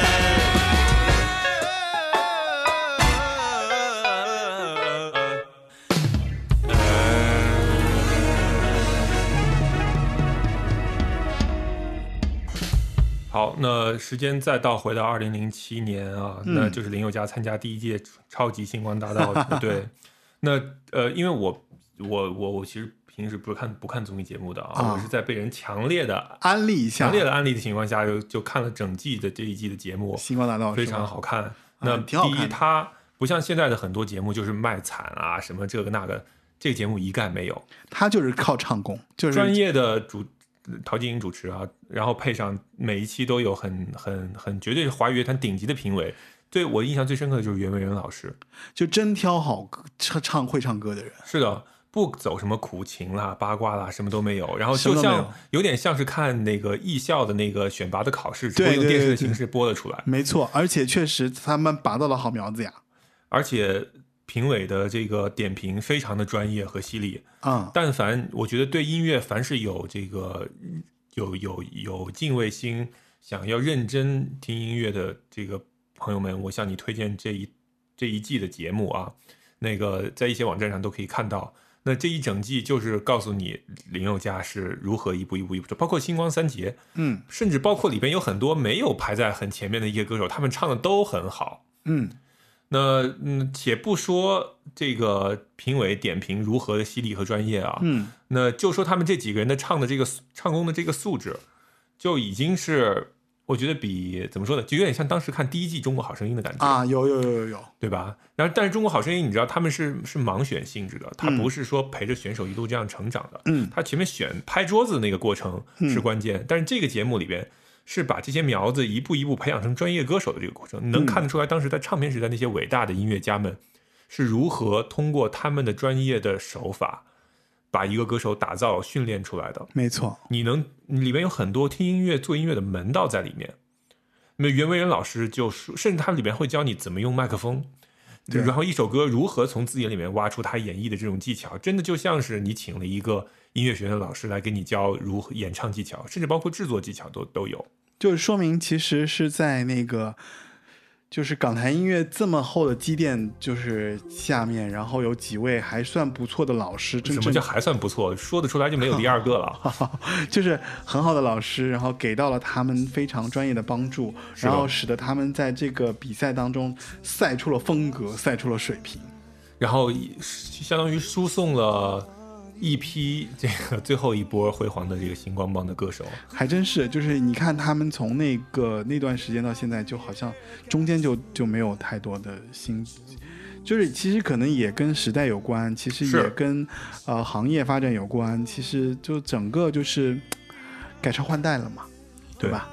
好，那时间再回到2007年啊，那就是林宥嘉参加第一届超级星光大道球队。那因为我其实平时不看综艺节目的啊，我是在被人强烈的安利的情况下，就看了整季的这一季的节目， 星光大道非常好看。那挺好看的。 第一，它不像现在的很多节目就是卖惨啊，什么这个那个，这个节目一概没有， 它就是靠唱功，就是专业的陶晶莹主持啊，然后配上每一期都有很绝对是华语乐坛顶级的评委。对我印象最深刻的就是袁惟仁老师， 就真挑好会唱歌的人。 是的，不走什么苦情啦、八卦啦，什么都没有。然后就像有点像是看那个艺校的那个选拔的考试，只不过用电视的形式播了出来。 没错，而且确实他们拔到了好苗子呀。 而且评委的这个点评非常的专业和犀利。但凡我觉得对音乐，凡是有这个有敬畏心，想要认真听音乐的这个朋友们，我向你推荐这一季的节目啊。那个在一些网站上都可以看到。那这一整季就是告诉你林宥嘉是如何一步一步包括星光三杰，甚至包括里边有很多没有排在很前面的一些歌手，他们唱的都很好。那且不说这个评委点评如何的犀利和专业啊，那就说他们这几个人的唱功的这个素质，就已经是我觉得比怎么说呢，就有点像当时看第一季《中国好声音》的感觉啊，有， 对吧？然后但是《中国好声音》你知道他们是盲选性质的，他不是说陪着选手一路这样成长的，他前面选拍桌子的那个过程是关键，但是这个节目里边是把这些苗子一步一步培养成专业歌手的这个过程，你能看得出来当时在唱片时代那些伟大的音乐家们是如何通过他们的专业的手法把一个歌手打造训练出来的。 没错， 你里面有很多听音乐做音乐的门道在里面。那袁惟仁老师就说，甚至他里面会教你怎么用麦克风，然后一首歌如何从字眼里面挖出他演绎的这种技巧，真的就像是你请了一个音乐学院的老师来给你教如何演唱技巧，甚至包括制作技巧都有。 就是说明其实是在那个就是港台音乐这么厚的积淀就是下面，然后有几位还算不错的老师。 什么叫还算不错？说得出来就没有第二个了。 就是很好的老师，然后给到了他们非常专业的帮助，然后使得他们在这个比赛当中赛出了风格，赛出了水平，然后相当于输送了一批这个最后一波辉煌的这个星光帮的歌手。 还真是，就是你看他们从那段时间到现在，就好像中间就没有太多的就是其实可能也跟时代有关，其实也跟行业发展有关，其实就整个就是改朝换代了嘛，对吧？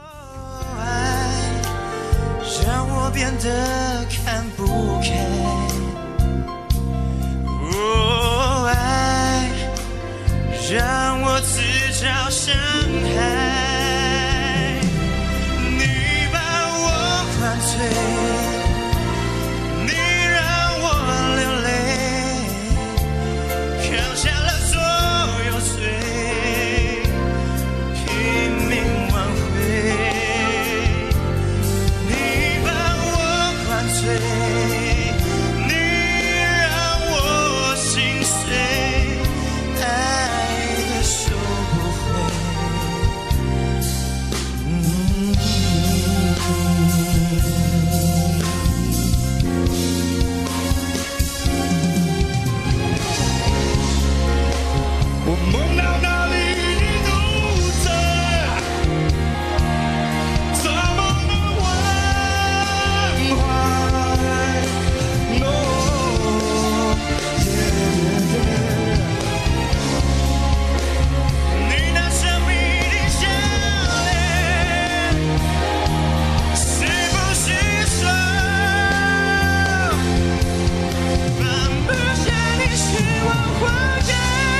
让我变得看不开，爱让我自找伤害，你把我灌醉，你让我流泪，扛下了所有罪，拼命挽回，你把我灌醉，你让我心碎，爱的收不回。我梦到哪里你都在，怎么能忘怀？No， 你那神秘的笑脸，是不是说放不下你是我活该？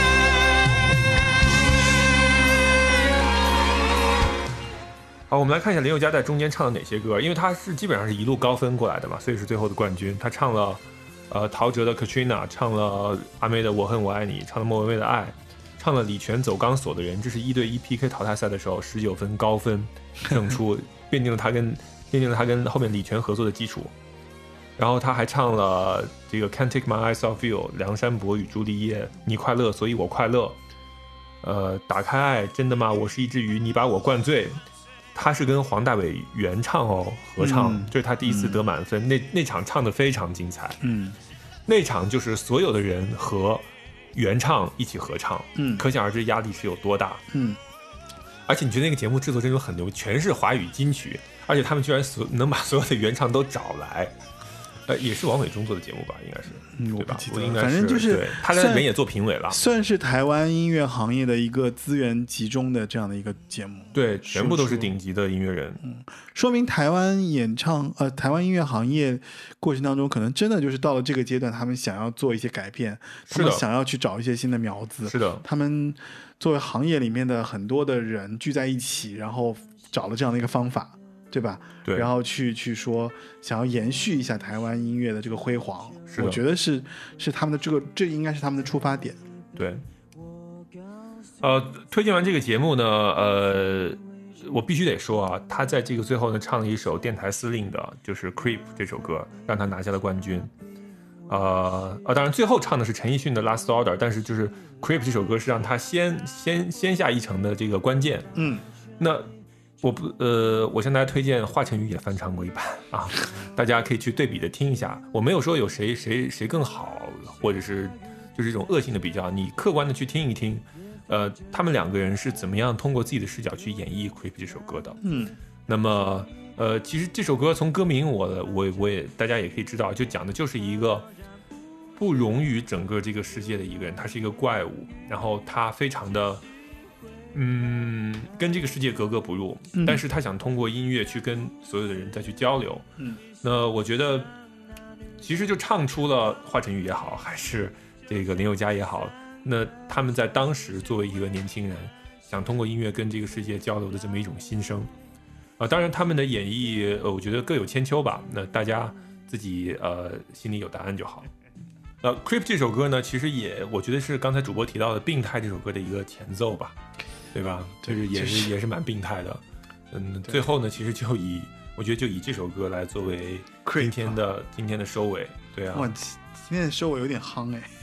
好，我们来看一下林宥嘉在中间唱了哪些歌，因为他是基本上是一路高分过来的嘛，所以是最后的冠军。他唱了陶喆的 Katrina， 唱了阿妹的我恨我爱你，唱了莫文蔚的爱， 唱了李泉走钢索的人，这是1对1 PK 淘汰赛的时候19分高分胜出，奠定了他跟后面李泉合作的基础。然后他还唱了这个 Can't Take My Eyes Off You， 梁山伯与朱丽叶，你快乐所以我快乐，打开爱，真的吗？我是一只鱼，你把我灌醉。他是跟黄大炜原唱合唱，这是他第一次得满分。那场唱得非常精彩，那场就是所有的人和原唱一起合唱，可想而知压力是有多大，而且你觉得那个节目制作真的很牛，全是华语金曲，而且他们居然能把所有的原唱都找来。也是王伟忠做的节目吧，应该是，对吧？我应该是， 反正就是他在里面也做评委了， 算是台湾音乐行业的一个资源集中的这样的一个节目。 对，全部都是顶级的音乐人。 说明台湾台湾音乐行业过程当中，可能真的就是到了这个阶段，他们想要做一些改变，他们想要去找一些新的苗子。 是的， 他们作为行业里面的很多的人聚在一起，然后找了这样的一个方法。对吧？ 对， 然后去说想要延续一下台湾音乐的这个辉煌，我觉得是他们的这应该是他们的出发点。 对，推荐完这个节目呢，我必须得说啊，他在这个最后呢唱了一首电台司令的，就是《Creep》这首歌，让他拿下了冠军。当然最后唱的是陈奕迅的《Last Order》，但是就是《Creep》这首歌是让他先下一城的这个关键。那我向大家推荐华晨宇也翻唱过一版啊，大家可以去对比的听一下。我没有说有谁更好，或者是就是这种恶性的比较，你客观的去听一听，他们两个人是怎么样通过自己的视角去演绎《Creep》这首歌的。那么其实这首歌从歌名我也大家也可以知道，就讲的就是一个不容于整个这个世界的一个人，他是一个怪物，然后他非常的。跟这个世界格格不入，但是他想通过音乐去跟所有的人再去交流。那我觉得其实就唱出了华晨宇也好，还是这个林宥嘉也好，那他们在当时作为一个年轻人想通过音乐跟这个世界交流的这么一种心声。当然他们的演绎我觉得各有千秋吧，那大家自己心里有答案就好。Creep 这首歌呢，其实我觉得是刚才主播提到的病态这首歌的一个前奏吧，对吧？就是也是蛮病态的。最后呢，其实我觉得就以这首歌来作为今天的收尾。对啊， 哇，今天的收尾有点夯哎。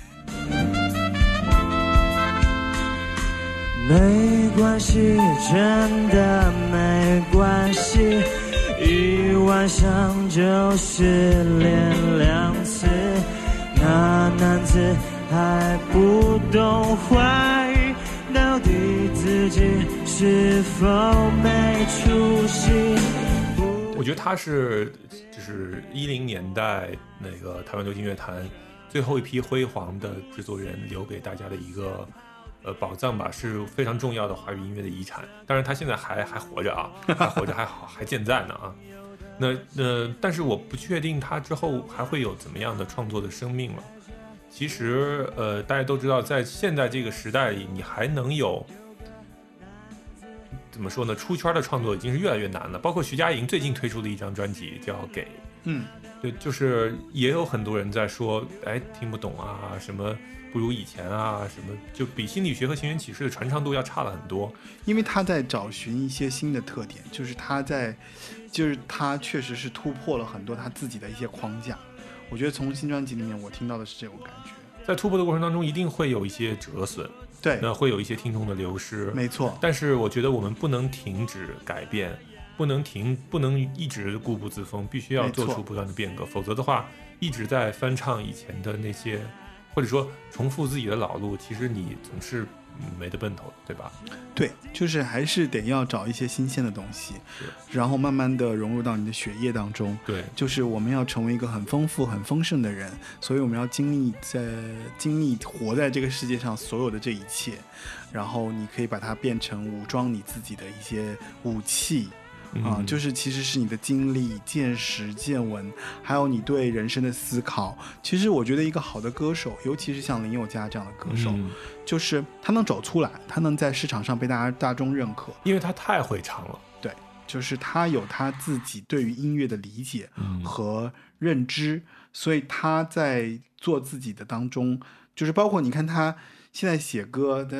没关系，真的没关系，一晚上就失恋2次。那男子还不懂怀疑，到底自己是否没出息。 我觉得他是就是10年代那个台湾流行乐坛最后一批辉煌的制作人留给大家的一个宝藏吧，是非常重要的华语音乐的遗产。当然他现在还活着啊，还活着还好，还健在呢啊。但是我不确定他之后还会有怎么样的创作的生命了。其实大家都知道，在现在这个时代里，你还能有怎么说呢？出圈的创作已经是越来越难了。包括徐佳莹最近推出的一张专辑叫《给》，对，就是也有很多人在说，哎，听不懂啊，什么不如以前啊，什么就比心理学和行云启事的传唱度要差了很多。 因为他在找寻一些新的特点，就是他确实是突破了很多他自己的一些框架。我觉得从新专辑里面我听到的是这种感觉， 在突破的过程当中一定会有一些折损， 对， 那会有一些听众的流失， 没错。 但是我觉得我们不能停止改变，不能一直固步自封，必须要做出不断的变革，否则的话一直在翻唱以前的那些，或者说重复自己的老路，其实你总是没得奔头，对吧？ 对，就是还是得要找一些新鲜的东西，然后慢慢的融入到你的血液当中。 对， 就是我们要成为一个很丰富很丰盛的人，所以我们要经历活在这个世界上所有的这一切，然后你可以把它变成武装你自己的一些武器就是其实是你的经历、见识、见闻，还有你对人生的思考。其实我觉得一个好的歌手，尤其是像林宥嘉这样的歌手，就是他能走出来，他能在市场上被大众认可， 因为他太会唱了。 对，就是他有他自己对于音乐的理解和认知，所以他在做自己的当中，就是包括你看他现在写歌，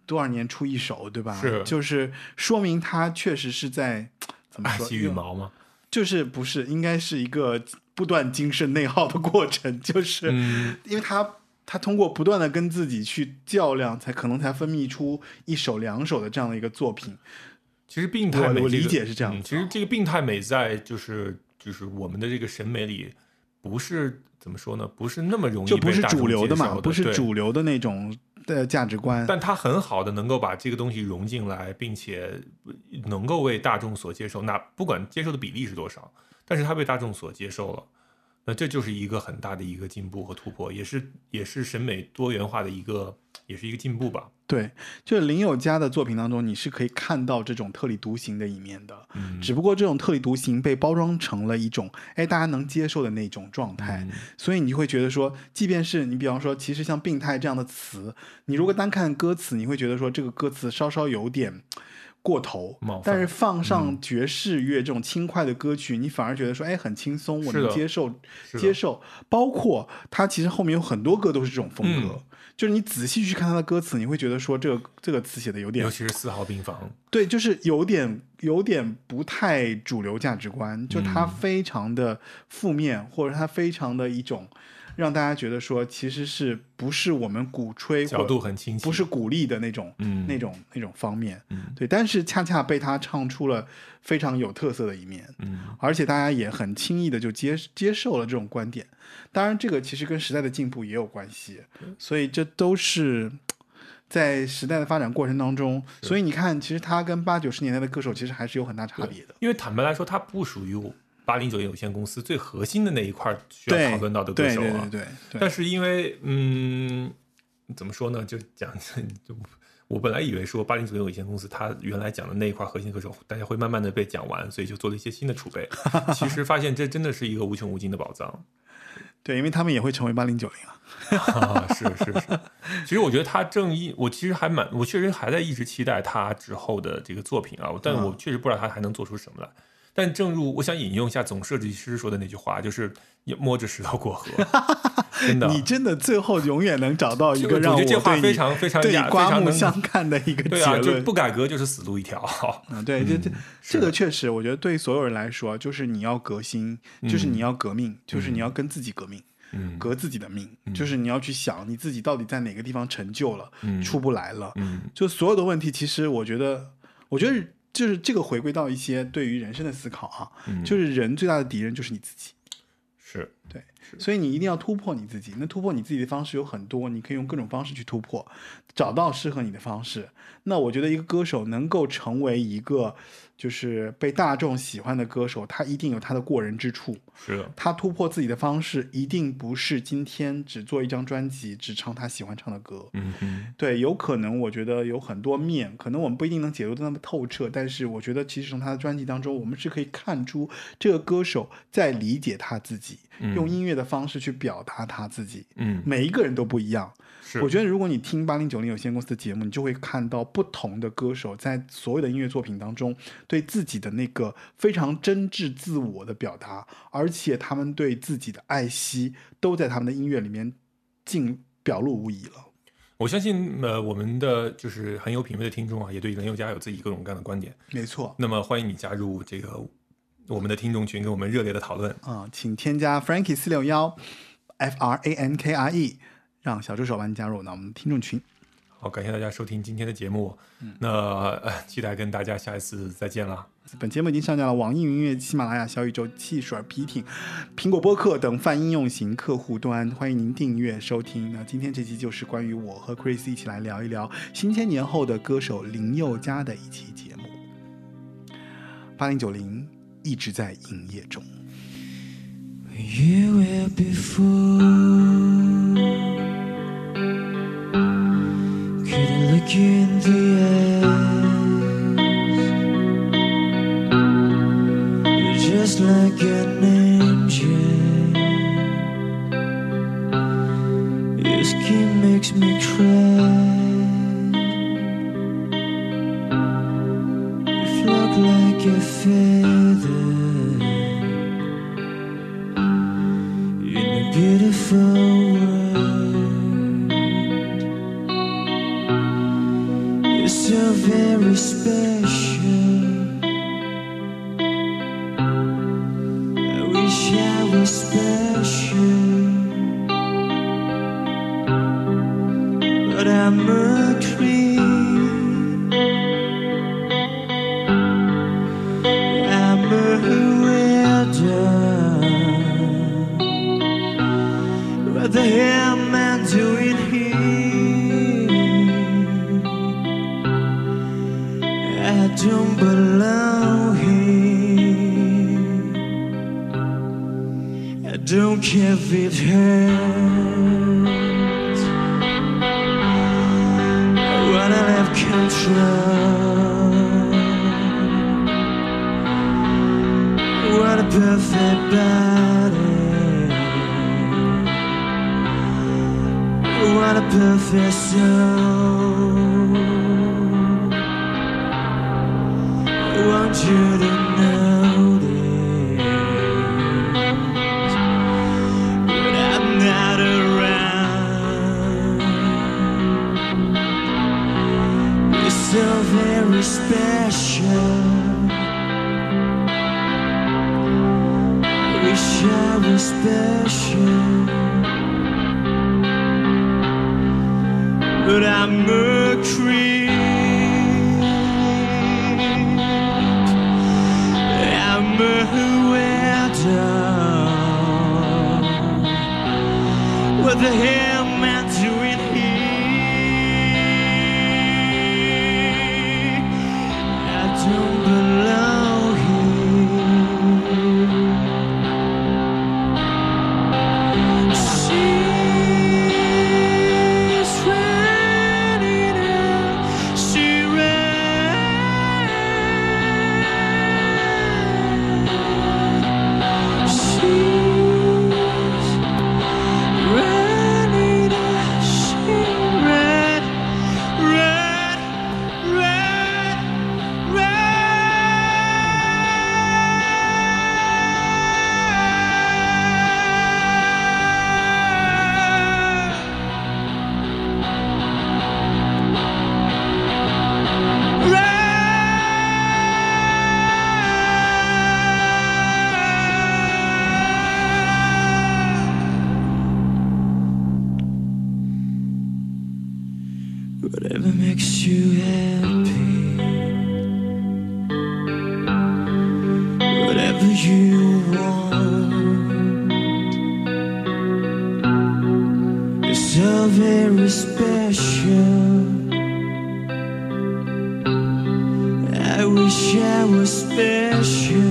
多少年出一首，对吧？ 是， 就是说明他确实是在怎么说？ 爱惜羽毛吗？ 就是不是应该是一个不断精神内耗的过程，就是因为他通过不断的跟自己去较量，才分泌出一首两首的这样的一个作品。 其实病态美、 我理解是这样其实这个病态美在就是我们的这个审美里，不是怎么说呢？不是那么容易就不是被大众主流的嘛， 接受的不是主流的那种的价值观。 但它很好的能够把这个东西融进来，并且能够为大众所接受。那不管接受的比例是多少，但是它被大众所接受了。那这就是一个很大的一个进步和突破，也是审美多元化的也是一个进步吧。 对，就是林宥嘉的作品当中，你是可以看到这种特立独行的一面的。只不过这种特立独行被包装成了一种大家能接受的那种状态，所以你就会觉得说，即便是你比方说，其实像病态这样的词，你如果单看歌词，你会觉得说这个歌词稍稍有点过头，但是放上爵士乐这种轻快的歌曲，你反而觉得说很轻松，我能接受。包括他其实后面有很多歌都是这种风格，就是你仔细去看他的歌词，你会觉得说这个词写的有点， 尤其是4号病房， 对，就是有点不太主流价值观，就他非常的负面，或者他非常的一种让大家觉得说，其实是不是我们鼓吹角度很清晰， 不是鼓励的那种方面，对，但是恰恰被他唱出了非常有特色的一面，而且大家也很轻易的就接受了这种观点。当然，这个其实跟时代的进步也有关系，所以这都是在时代的发展过程当中，所以你看，其实他跟80、90年代的歌手其实还是有很大差别的。 因为坦白来说，他不属于8090有限公司最核心的那一块需要讨论到的歌手啊。 对。 但是因为怎么说呢？就我本来以为说8090有限公司他原来讲的那一块核心歌手，大家会慢慢的被讲完，所以就做了一些新的储备。其实发现这真的是一个无穷无尽的宝藏。 对，因为他们也会成为8090 啊。是。其实我觉得他我确实还在一直期待他之后的这个作品啊，但我确实不知道他还能做出什么来。但正如我想引用一下总设计师说的那句话，就是摸着石头过河。真的， 你真的最后永远能找到一个让我对你非常刮目相看的一个结论。 就不改革就是死路一条。 对，这个确实，我觉得对所有人来说，就是你要革新，就是你要革命，就是你要跟自己革命。革自己的命，就是你要去想你自己到底在哪个地方成就了，出不来了。就所有的问题，其实我觉得就是这个回归到一些对于人生的思考啊，就是人最大的敌人就是你自己。 是， 对，所以你一定要突破你自己。那突破你自己的方式有很多，你可以用各种方式去突破，找到适合你的方式。那我觉得一个歌手能够成为一个就是被大众喜欢的歌手，他一定有他的过人之处。 是的， 他突破自己的方式一定不是今天只做一张专辑，只唱他喜欢唱的歌。对，有可能我觉得有很多面，可能我们不一定能解读的那么透彻，但是我觉得其实从他的专辑当中，我们是可以看出这个歌手在理解他自己，用音乐的方式去表达他自己。每一个人都不一样。我觉得如果你听8090有限公司的节目，你就会看到不同的歌手在所有的音乐作品当中对自己的那个非常真挚自我的表达，而且他们对自己的爱惜都在他们的音乐里面表露无遗了。 我相信我们的就是很有品味的听众啊，也对林宥嘉有自己各种各样的观点。 没错， 那么欢迎你加入这个我们的听众群，跟我们热烈的讨论请添加 Frankie461 FRANKRE， 让小助手帮你加入我们的听众群。 好，感谢大家收听今天的节目。那期待跟大家下一次再见啦。 本节目已经上架了网易云音乐、喜马拉雅、小宇宙、汽水、皮艇、苹果播客等泛应用型客户端，欢迎您订阅收听。那今天这期就是关于我和 Chris 一起来聊一聊新千年后的歌手林宥嘉的一期节目。8090一直在营业中。 You will be fooled. Could I look you in the eyes? You're just like an angel. Your skin makes me cry. You flock like a feather in a beautiful world. was special. I wish I was special, but I'm a creep. I'm a weirdo. What the hell am I doing here? I don't belong here. I don't care if it hurts. I wanna have control. What a perfect body. What a perfect soul. I want you to notice when I'm not around. You're so very special. I wish I was special, but I'm a creep. I'm a weirdo. What the hell am I doing here? I don't belong here. She's running out. She ran. She's running out. She ran, ran, ran, Whatever makes you happy, whatever you want, is so very special. I wish I was special.